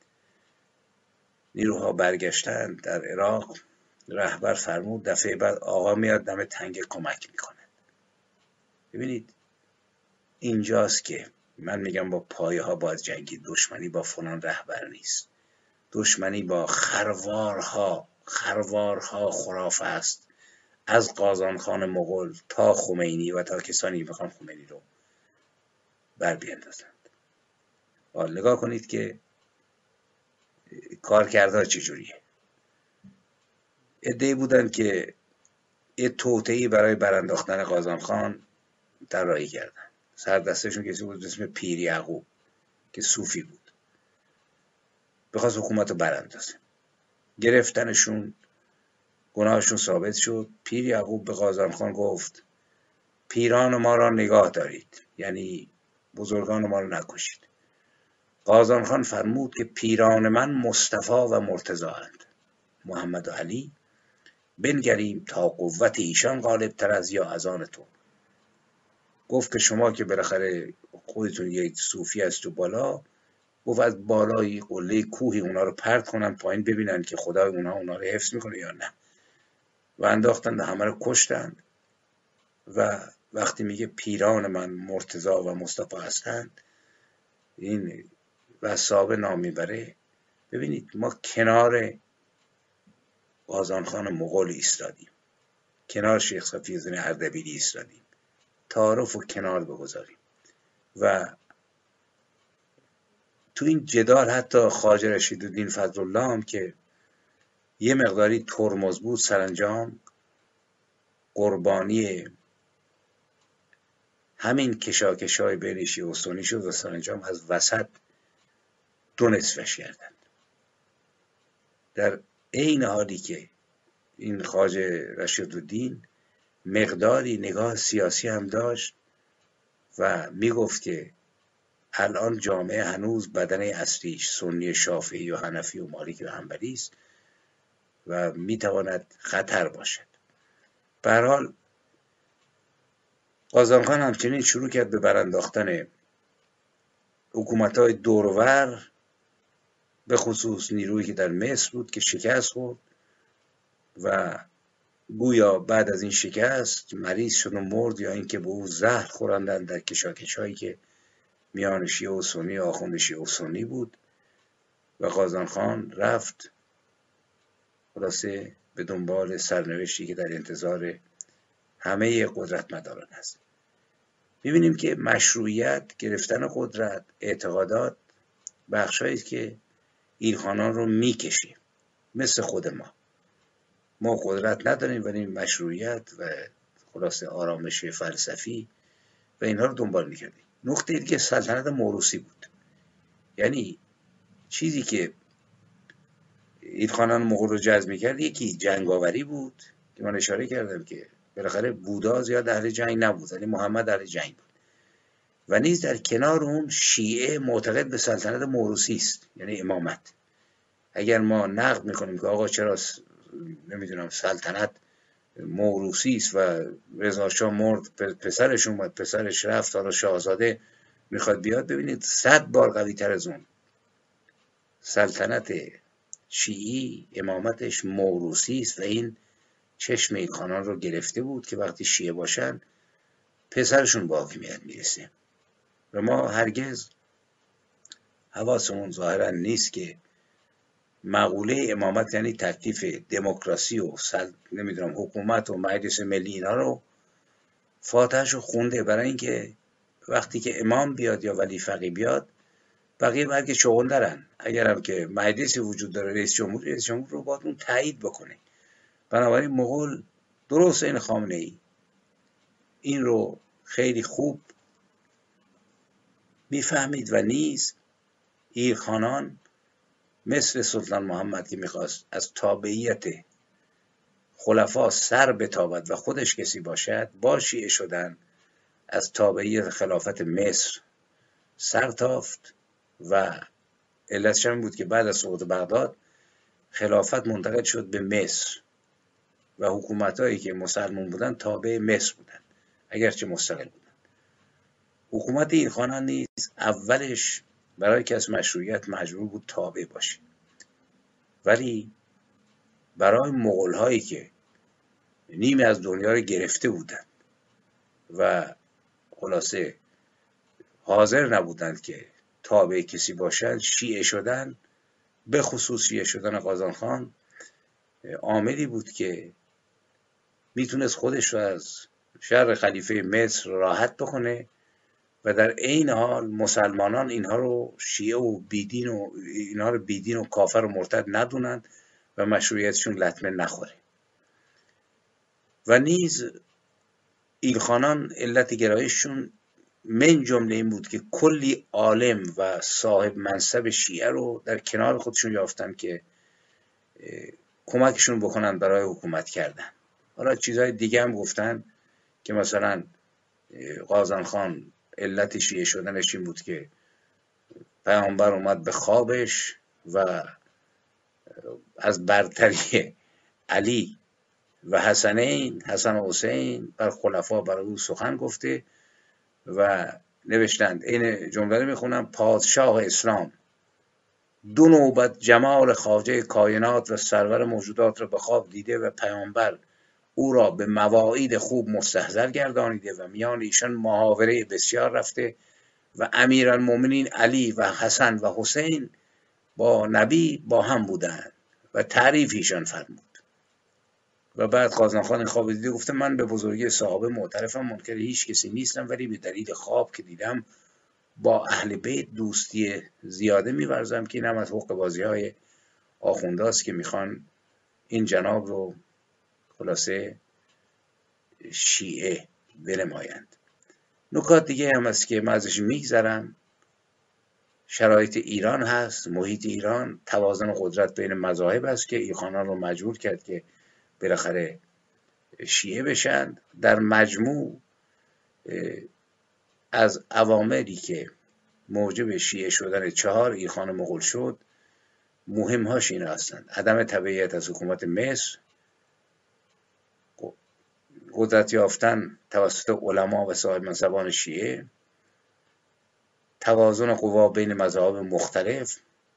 نیروها برگشتند در عراق رهبر فرمود دفعه بعد آقا میاد دم تنگ کمک میکنه. ببینید اینجاست که من میگم با پایه ها باید جنگید. دشمنی با فلان رهبر نیست، دشمنی با خروارها خرافه است، از قازان خان مغول تا خمینی و تا کسانی بخوان خمینی رو بر بیندازند. نگاه کنید که کارکردها چجوریه. عده‌ای بودن که یه توطئه‌ای برای برانداختن قازان خان طراحی کردن. سردستشون کسی بود به اسم پیر یعقوب که صوفی بود، بخواست حکومت رو براندازه. گرفتنشون، گناهشون ثابت شد. پیر یعقوب به قازان خان گفت پیران ما را نگاه دارید، یعنی بزرگان ما را نکشید. قازان خان فرمود که پیران من مصطفی و مرتضی اند، محمد و علی، بنگریم تا قوت ایشان غالب تر از یا از آن تو. گفت که شما که بالاخره خودتون یک صوفی از تو بالا، گفت از بالای قله کوهی اونا رو پرت کنن پایین ببینن که خدای اونا رو حفظ میکنه یا نه. و انداختن و همه رو کشتن. و وقتی میگه پیران من مرتضی و مصطفی هستند این وثابه نام میبره. ببینید ما کنار قازان خان مغول ایستادیم، کنار شیخ صفی‌الدین اردبیلی ایستادیم، تعارف و کنار بگذاریم. و تو این جدال حتی خواجه رشیدالدین فضلالله هم که یه مقداری ترمز بود سرانجام قربانی همین کشاکشای بین شیعه و سنی شد و سرانجام از وسط دو نصفش کردند. در عین حالی که این خواجه رشیدالدین مقداری نگاه سیاسی هم داشت و میگفت که الان جامعه هنوز بدنه اصلیش سنی، شافعی و حنفی و مالکی و حنبلی است و میتواند خطر باشد. به هر حال قازان خان همچنین شروع کرد به برانداختن حکومت‌های دورور، به خصوص نیرویی که در مصر بود که شکست خورد و گویا بعد از این شکست مریض شد و مرد یا اینکه به او زهر خوراندند در کشاکش‌هایی که میان شیعه و سنی، آخوند شیعه و سنی بود. و قازان خان رفت خلاصه به دنبال سرنوشتی که در انتظار همه قدرتمداران است. می‌بینیم که مشروعیت، گرفتن قدرت، اعتقادات بخشایی است که ایلخانان رو میکشیم. مثل خود ما قدرت نداریم ولی مشروعیت و خلاصه آرامش فلسفی و اینها رو دنبال میکردیم. نقطه دیگه سلطنت موروثی بود، یعنی چیزی که ایلخانان مغول رو جذب میکرد یکی جنگاوری بود که من اشاره کردم که بالاخره بودا زیاد اهل جنگ نبود ولی محمد اهل جنگ بود. و نیز در کنار اون شیعه معتقد به سلطنت موروثی است، یعنی امامت. اگر ما نقد میکنیم که آقا چرا نمیدونم سلطنت موروثی است و رضا شاه مرد، پسرش اومد، پسرش رفت، حالا شاهزاده میخواد بیاد. ببینید 100 بار قوی تر از اون سلطنت شیعی امامتش موروثی است و این چشم این خانان رو گرفته بود که وقتی شیعه باشن پسرشون به حاکمیت میرسه و ما هرگز حواسمون ظاهرا نیست که مقوله امامت یعنی تکلیف دموکراسی و نمیدونم حکومت و مجلس ملی اینا رو فاتحه‌شو خونده، برای اینکه وقتی که امام بیاد یا ولی فقیه بیاد بقیه بلکه شغل دارن، اگر هم که مجلسی وجود داره رئیس جمهور رو باید اون تایید بکنه. بنابراین مغول درست این خامنه ای این رو خیلی خوب میفهمید و نیز ایلخانان مثل سلطان محمد که میخواست از تابعیت خلفا سر بتابد و خودش کسی باشد، با شیعه شدن از تابعیت خلافت مصر سر تافت و علتش هم بود که بعد از سقوط بغداد خلافت منتقل شد به مصر و حکومتایی که مسلمان بودن تابع مصر بودن اگرچه مستقل بودن. حکومت ایلخانان نیز اولش برای که از مشروعیت مجبور بود تابع باشه، ولی برای مغول هایی که نیمی از دنیا رو گرفته بودند و خلاصه حاضر نبودند که تابع کسی باشند، شیعه شدن، به خصوص شیعه شدن قازان عاملی بود که میتونست خودش رو از شر خلیفه مصر راحت بکنه و در عین حال مسلمانان اینها رو شیعه و بیدین و اینها رو بیدین و کافر و مرتد ندونند و مشروعیتشون لطمه نخوره. و نیز ایلخانان علت گرایششون من جمله این بود که کلی عالم و صاحب منصب شیعه رو در کنار خودشون یافتن که کمکشون بکنن برای حکومت کردن. حالا چیزهای دیگه هم گفتن که مثلا قازان خان علت شیعه شدنش این بود که پیامبر اومد به خوابش و از برتری علی و حسنین، حسن و حسین بر خلفا برای او سخن گفته و نوشتند، این جمله رو میخونم: پادشاه اسلام دو نوبت جمال خواجه کائنات و سرور موجودات را به خواب دیده و پیامبر او را به مواعید خوب مستحضر گردانیده و میان ایشان محاوره بسیار رفته و امیرالمومنین علی و حسن و حسین با نبی با هم بودند و تعریف ایشان فرمود. و بعد قازان خان خواب دیده گفته من به بزرگی صحابه معترفم، منکر هیچ کسی نیستم، ولی به دلیل خواب که دیدم با اهل بیت دوستی زیاده می‌ورزم که اینم از حق بازی‌های آخونداست که میخوان این جناب رو خلاصه شیعه بنمایند. نکات دیگه هم هست که من ازش میگذرم. شرایط ایران هست، محیط ایران، توازن قدرت بین مذاهب است که ایلخانان رو مجبور کرد که بالاخره شیعه بشن. در مجموع از عواملی که موجب شیعه شدن 4 ایلخان مغول شد مهمهاش این هستند: عدم تبعیت از حکومت مصر، قدرت یافتن توسط علما و صاحب منصبان شیعه، توازن قوا بین مذاهب مختلف،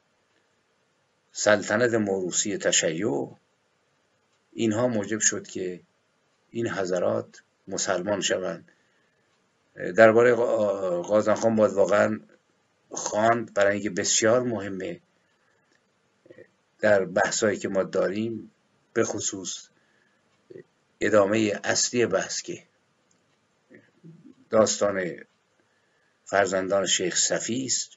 سلطنت موروثی تشیع، اینها موجب شد که این حضرات مسلمان شوند. درباره قازان خان باید واقعا خواند برای اینکه بسیار مهمه در بحثایی که ما داریم، به خصوص ادامه اصلی بحث که داستان فرزندان شیخ صفی است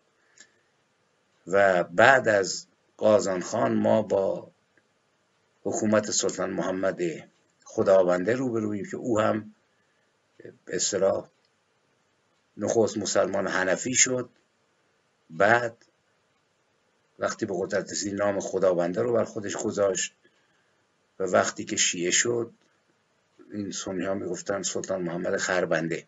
و بعد از قازان خان ما با حکومت سلطان محمد خداونده روبرویم که او هم به اصطلاح نخست مسلمان حنفی شد، بعد وقتی به قدرت رسید نام خداونده رو بر خودش گذاشت و وقتی که شیعه شد این سنی ها میگفتن سلطان محمد خربنده.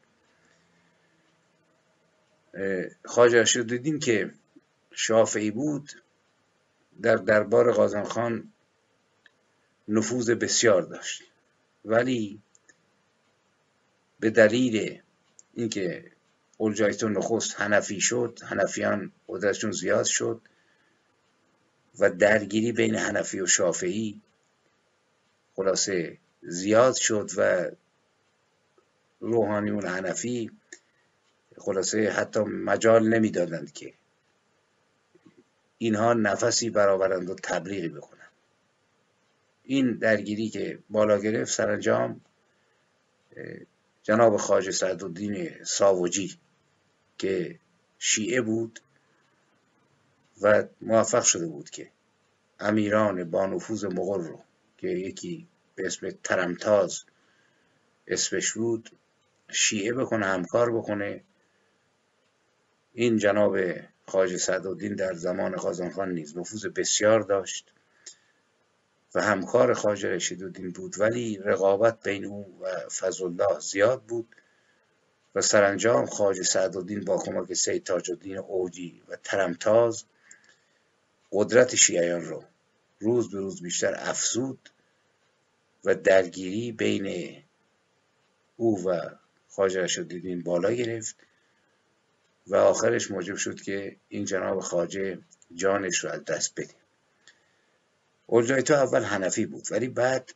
خواجه هاشمی دیدیم که شافعی بود، در دربار قازان خان نفوذ بسیار داشت ولی به دلیل اینکه اولجایتو نخست حنفی شد، حنفیان قدرتشون زیاد شد و درگیری بین حنفی و شافعی خلاصه زیاد شد و روحانیون حنفی خلاصه حتی مجال نمیدادند که اینها نفسی برآورند و تبلیغی بکنند. این درگیری که بالا گرفت، سرانجام جناب خواجه سعدالدین ساوجی که شیعه بود و موفق شده بود که امیران با نفوذ مغول رو که یکی به اسم ترمتاز اسمش بود شیعه بکنه، همکار بکنه. این جناب خواجه سعدالدین در زمان قازنخان نیز نفوذ بسیار داشت و همکار خواجه رشیدالدین بود، ولی رقابت بین او و فضلالله زیاد بود و سرانجام خواجه سعدالدین با کمک سید تاج‌الدین اوجی و ترمتاز قدرت شیعیان رو روز به روز بیشتر افزود و درگیری بین او و خواجه رشیدالدین بالا گرفت و آخرش موجب شد که این جناب خواجه جانش رو از دست بده. اولجایتو اول حنفی بود ولی بعد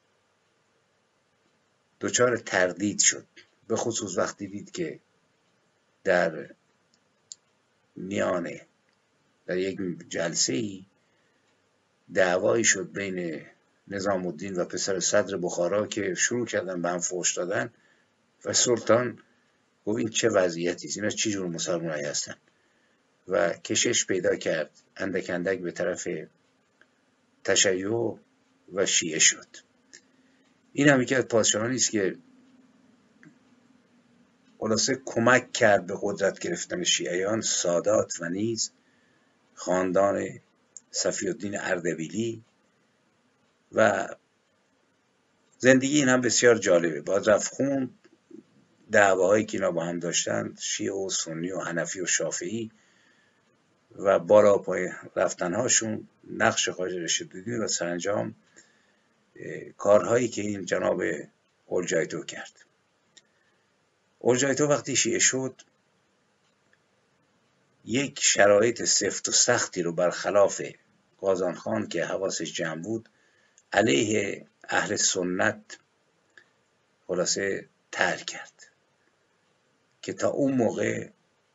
دچار تردید شد، به خصوص وقتی دید که در میانه در یک جلسه‌ای دعوایی شد بین نظام الدین و پسر صدر بخارا که شروع کردن به هم فحش دادن و سلطان گفت این چه وضعیتی است، اینا چه جور مسلمانایی هستن و کشش پیدا کرد، اندک اندک به طرف تشیع و شیعه شد. این هم یکی از پادشاهانی است که خلاصه کمک کرد به قدرت گرفتن شیعیان، سادات و نیز خاندان صفی‌الدین اردبیلی. و زندگی این هم بسیار جالبه، باز رفت خوند دعواهایی که اینا با هم داشتند، شیعه و سنی و حنفی و شافعی و بالا پای رفتنهاشون، نقش خواجه رشیدالدین و سرانجام کارهایی که این جناب اولجایتو کرد. اولجایتو وقتی شیعه شد یک شرایط سفت و سختی رو برخلاف قازنخان که حواسش جمع بود علیه اهل سنت خلاصه طرح کرد که تا اون موقع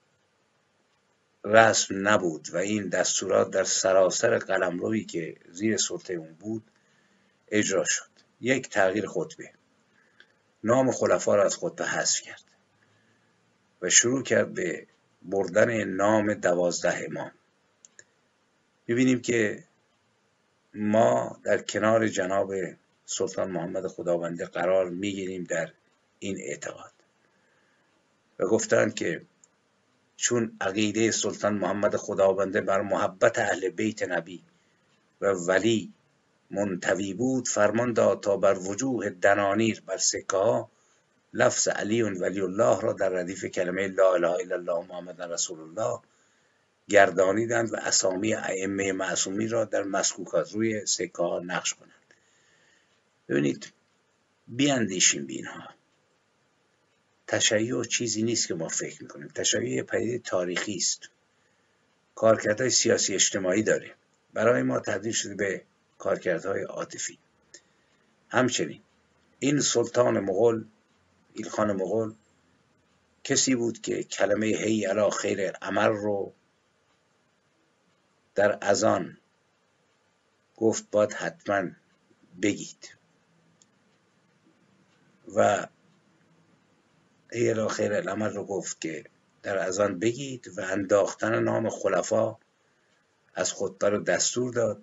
رسم نبود و این دستورات در سراسر قلمرویی که زیر سلطه اون بود اجرا شد. یک، تغییر خطبه، نام خلفا را از خطبه حذف کرد و شروع کرد به بردن نام 12 امام. می‌بینیم که ما در کنار جناب سلطان محمد خداونده قرار می‌گیریم در این اعتقاد و گفتند که چون عقیده سلطان محمد خداونده بر محبت اهل بیت نبی و ولی منطوی بود، فرمان داد تا بر وجوه دنانیر بر سکه ها لفظ علی ولی الله را در ردیف کلمه لا اله الا الله محمد رسول الله گردانیدند و اسامی ائمه معصومین را در مسکوکات روی سکه ها نقش کنند. ببینید، بیاندیشیم به اینها. تشیع چیزی نیست که ما فکر میکنیم. تشیع پدیده تاریخی است، کارکردهای سیاسی اجتماعی داره، برای ما تبدیل شده به کارکردهای عاطفی. همچنین این سلطان مغول، ایلخان مغول، کسی بود که کلمه حی علی خیر العمل رو در اذان گفت باید حتما بگید و حی علی خیر العمل رو گفت که در اذان بگید و انداختن نام خلفا از خطبه رو دستور داد.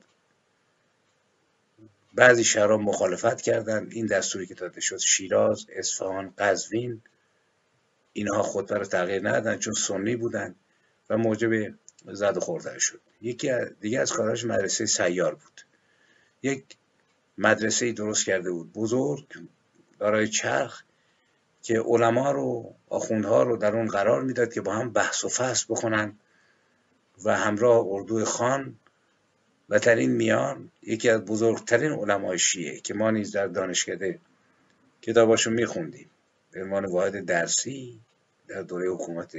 بعضی شهرها مخالفت کردند. این دستوری که داده شد، شیراز، اصفهان، قزوین، اینها خطبه رو تغییر ندادن چون سنی بودن و موجب زد و خورده شد. یکی دیگه از کاراش مدرسه سیار بود. یک مدرسه درست کرده بود بزرگ دارای چرخ که علما رو، آخوندها رو در اون قرار میداد که با هم بحث و فصل بکنن و همراه اردوی خان و در این میان یکی از بزرگترین علمای شیعه که ما نیز در دانشکده کتاباشو میخوندیم به عنوان واحد درسی در دوره حکومت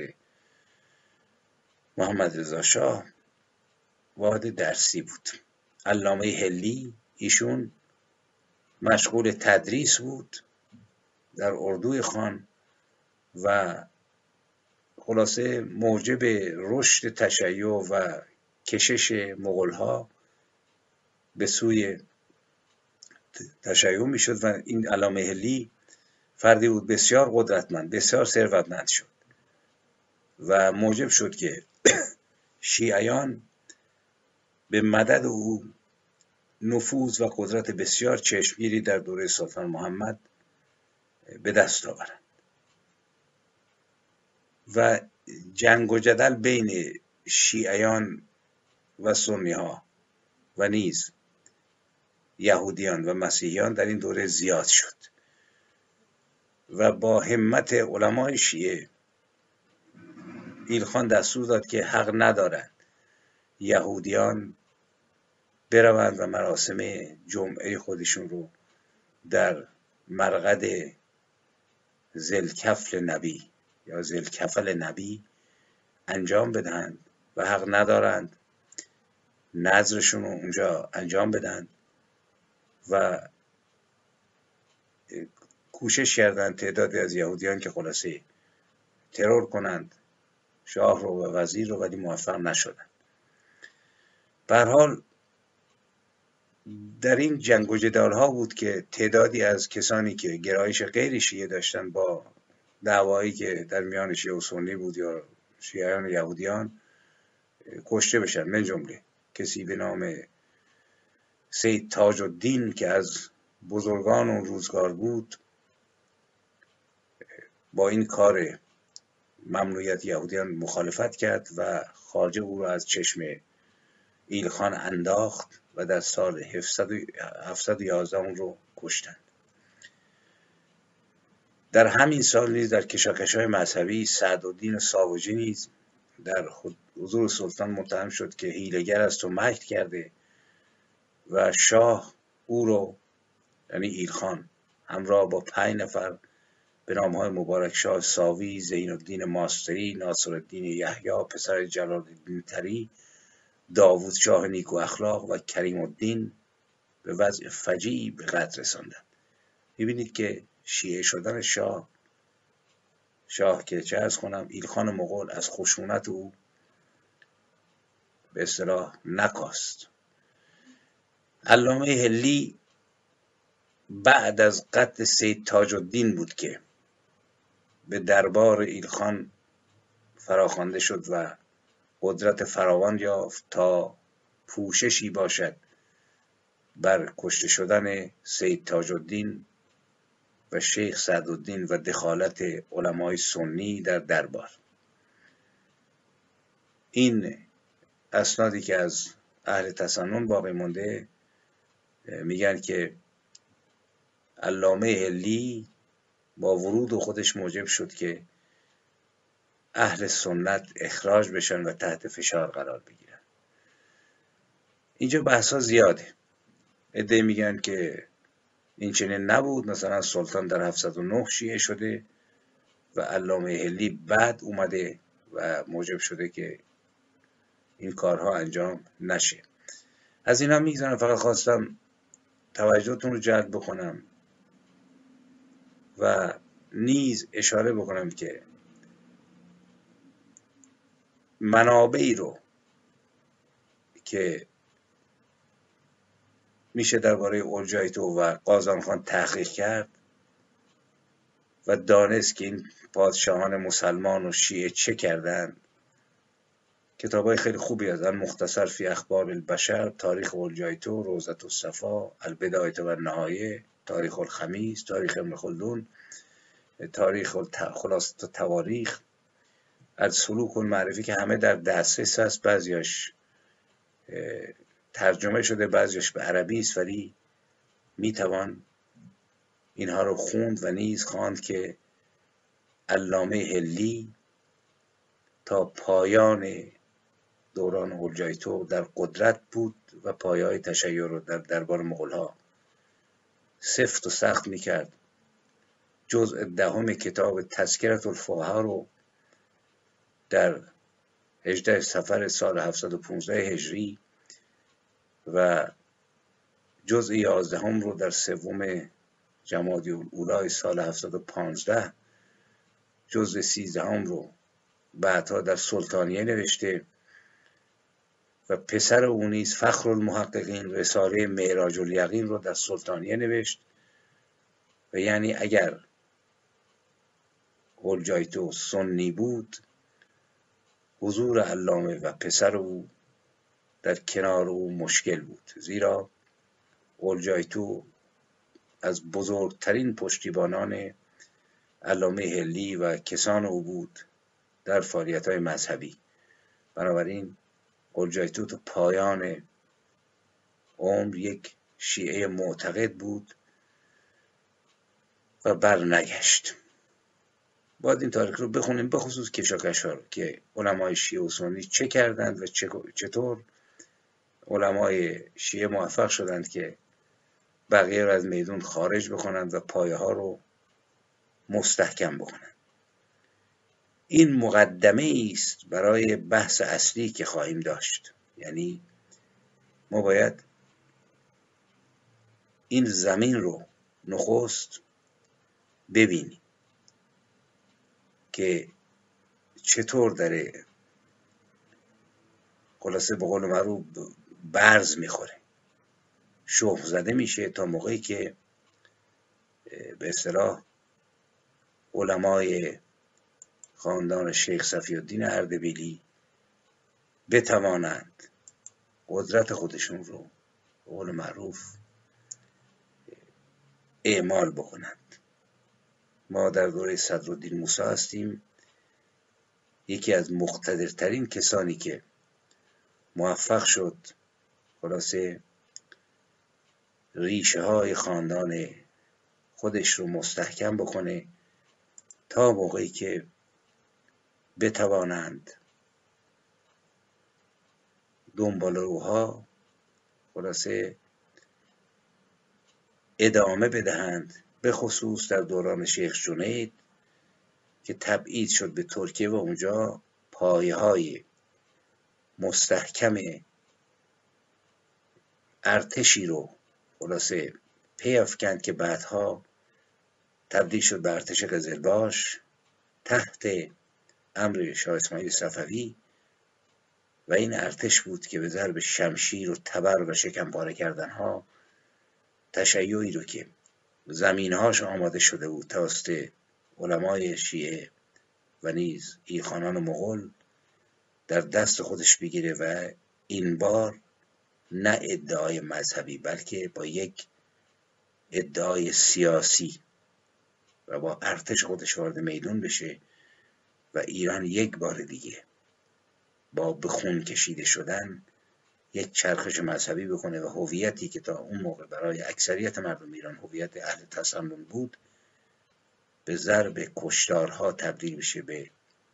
محمد رضا شاه. واحد درسی بود. علامه حلی ایشون مشغول تدریس بود در اردوی خان و خلاصه موجب رشد تشیع و کشش مغول‌ها به سوی تشیع میشد و این علامه حلی فردی بود بسیار قدرتمند، بسیار ثروتمند شد و موجب شد که شیعیان به مدد او نفوذ و قدرت بسیار چشمگیری در دوره سلطان محمد به دست آورند و جنگ و جدل بین شیعیان و سنی ها و نیز یهودیان و مسیحیان در این دوره زیاد شد و با همت علمای شیعه ایلخان دستور داد که حق ندارند یهودیان بروند و مراسم جمعه خودشون رو در مرقد ذوالکفل نبی یا ذوالکفل نبی انجام بدهند و حق ندارند نذرشون رو اونجا انجام بدن و کوشش کردند تعدادی از یهودیان که خلاصه ترور کنند شاه رو و وزیر رو، ولی موفق نشدند. به هر حال در این جنگ و جدال ها بود که تعدادی از کسانی که گرایش غیر شیعه داشتن با دعوایی که در میان شیعه و سنی بود یا شیعیان و یهودیان کشته بشن. من جمله کسی به نام سید تاج الدین که از بزرگان اون روزگار بود با این کار ممنوعیت یهودیان مخالفت کرد و خواجه او را از چشم ایلخان انداخت و در سال 711 اون رو کشتند. در همین سال نیز در کشاکش‌های مذهبی سعدالدین ساوجی نیز در حضور سلطان متهم شد که حیله‌گر است و مکر کرده و شاه او رو یعنی ایلخان همراه با 5 نفر به نام‌های مبارک شاه ساوی، زین الدین ماستری، ناصرالدین یحیی پسر جلال الدین طری، داوود شاه نیکو اخلاق و کریم الدین به وضع فجیعی به قتل رساندند. می‌بینید که شیعه شدن شاه که چه عرض کنم ایلخان مغول از خشونت او به اصطلاح نکاست. علامه حلی بعد از قتل سید تاج الدین بود که به دربار ایلخان فراخوانده شد و قدرت فراوان یافت تا پوششی باشد بر کشته شدن سید تاج الدین و شیخ سعدالدین و دخالت علمای سنی در دربار. این اسنادی که از اهل تسنن باقی مونده میگن که علامه حلی با ورود خودش موجب شد که اهل سنت اخراج بشن و تحت فشار قرار بگیرن. اینجا بحثا زیاده. عده‌ای میگن که این چنین نبود، مثلا سلطان در 709 شیعه شده و علامه حلی بعد اومده و موجب شده که این کارها انجام نشه. از اینا میگذارم، فقط خواستم توجهتون رو جلب بکنم و نیز اشاره بکنم که منابعی رو که میشه درباره اولجایتو و قازانخان تحقیق کرد و دانست که این پادشاهان مسلمان و شیعه چه کردند. کتابای خیلی خوبی از مختصر فی اخبار البشر، تاریخ اولجایتو، روضة الصفا، البدایة و النهایه، تاریخ الخمیس، تاریخ ابن خلدون، تاریخ خلاصه تواریخ، از سلوک المعرفی که همه در دسترس هست، بعضیاش ترجمه شده بعضیاش به عربی است، ولی میتوان اینها رو خوند و نیز خواند که علامه حلی تا پایان دوران اولجایتو در قدرت بود و پایه‌های تشیع رو در دربار مغول‌ها سفت و سخت میکرد جزء 10 کتاب تذکرة الفقها رو در 18 صفر سال 715 هجری و جزء 11 رو در 3 جمادی الاولی سال 715، جزء 13 رو بعدها در سلطانیه نوشته و پسر او نیز فخر المحققین رساله معراج الیقین رو در سلطانیه نوشت. و یعنی اگر اولجایتو سنی بود، حضور علامه و پسر او در کنار او مشکل بود، زیرا اولجایتو از بزرگترین پشتیبانان علامه حلی و کسان او بود در فعالیت‌های مذهبی. بنابراین اولجایتو تا پایان عمر یک شیعه معتقد بود و برنگشت. باید این تاریخ رو بخونیم، به خصوص کشاکش‌ها رو که علمای شیعه و سنی چه کردند و چطور علمای شیعه موفق شدند که بقیه رو از میدون خارج بکنند و پایه ها رو مستحکم بکنند. این مقدمه است برای بحث اصلی که خواهیم داشت. یعنی ما باید این زمین رو نخست ببینیم که چطور داره خلاصه به قول معروف برز میخوره، شخم زده میشه تا موقعی که به اصطلاح علمای خاندان شیخ صفی الدین اردبیلی بتوانند قدرت خودشون رو به قول معروف اعمال بکنند. ما در دوره صدرالدین موسی هستیم، یکی از مقتدرترین کسانی که موفق شد خلاصه ریشه های خاندان خودش رو مستحکم بکنه تا موقعی که بتوانند دنباله‌روها خلاصه ادامه بدهند، به خصوص در دوران شیخ جنید که تبعید شد به ترکیه و اونجا پایه‌های مستحکم ارتشی رو خلاصه پی افکند که بعدها تبدیل شد به ارتش قزلباش تحت امر شاه اسماعیل صفوی. و این ارتش بود که به ضرب شمشیر و تبر و شکمپاره کردنها تشیعی رو که زمینهاش آماده شده بود توسط علمای شیعه و نیز ایلخانان مغول در دست خودش بگیره و این بار نه ادعای مذهبی بلکه با یک ادعای سیاسی و با ارتش خودش وارد میدون بشه و ایران یک بار دیگه با به خون کشیده شدن یک چرخش مذهبی بکنه و هویتی که تا اون موقع برای اکثریت مردم ایران هویت اهل تسنن بود به ضرب کشتارها تبدیل بشه به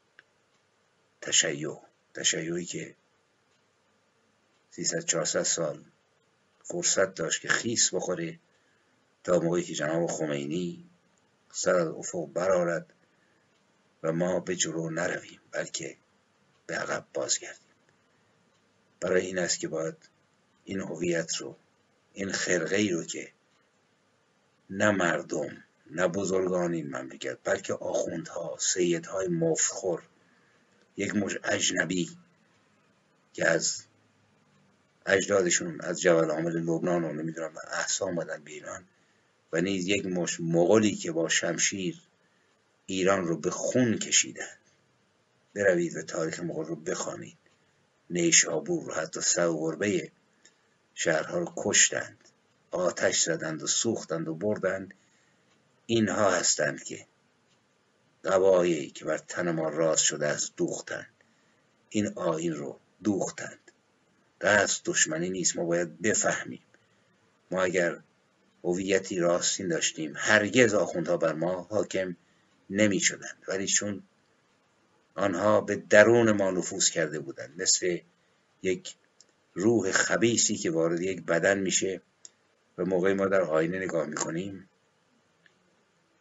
تشیعی که 300-400 سال فرصت داشت که خیس بخوره تا موقعی که جناب خمینی سر از افق برآرد و ما به جلو نرویم بلکه به عقب بازگردیم. برای این است که باید این هویت رو، این خرقه‌ای رو که نه مردم نه بزرگان این مملکت بلکه آخوندها، سیدهای مفتخور، یک مش اجنبی که از اجدادشون از جبل عامل لبنان و نمیدونم احسا آمدن به ایران و نیز یک مش مغولی که با شمشیر ایران رو به خون کشیدن. بروید و تاریخ مغول رو بخوانید. نیشابور رو حتی سه غربه شهرها رو کشتند، آتش زدند و سوختند و بردند. اینها هستند که قبایی که بر تن ما راست شده است دوختند، این آیین رو دوختند. دست دشمنی نیست، ما باید بفهمیم ما اگر هویتی راستین داشتیم هرگز آخوندها بر ما حاکم نمی شدند، ولی چون آنها به درون ما نفوذ کرده بودند مثل یک روح خبیثی که وارد یک بدن میشه و موقعی ما در آینه نگاه میکنیم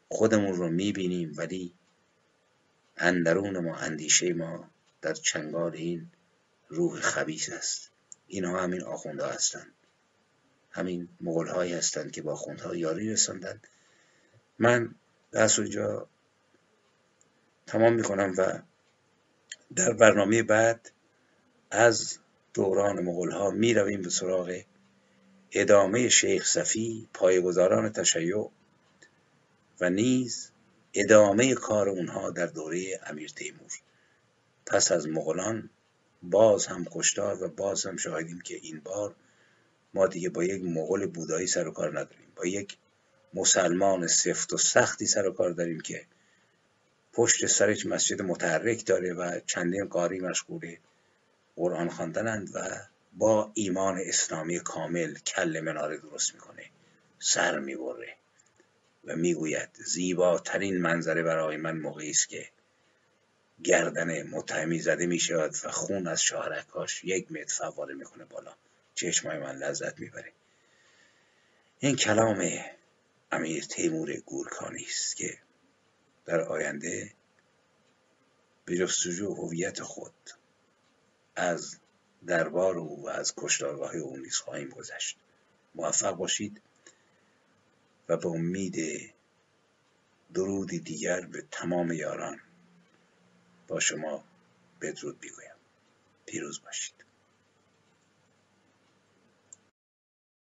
خودمون رو میبینیم ولی اندرون ما، اندیشه ما در چنگال این روح خبیث است. اینها همین آخوندها هستند، همین مغول‌هایی هستند که با آخوندها یاری رساندند. من بحث جا تمام میکنم و در برنامه بعد از دوران مغول‌ها میرویم به سراغ ادامه شیخ صفی، پایه‌گذاران تشیع و نیز ادامه کار اونها در دوره امیر تیمور. پس از مغولان باز هم کشتار و باز هم شاهدیم که این بار ما دیگه با یک مغول بودایی سر و کار نداریم، با یک مسلمان سفت و سختی سر و کار داریم که پشت سرش مسجد متحرک داره و چندین قاری مشغول قرآن خواندنند و با ایمان اسلامی کامل کل مناره درست میکنه، سر میبره و میگوید زیباترین منظره برای من موقعی است که گردن متهمی زده میشود و خون از شاهرگاش 1 متر فواره میکنه بالا، چشمای من لذت میبره. این کلام امیر تیمور گورکانی است که در آینده به جستجو هویت خود از دربار او و از کشتارگاه او نیز خواهیم گذشت. موفق باشید و به امید درودی دیگر به تمام یاران با شما بدرود میگویم. پیروز باشید.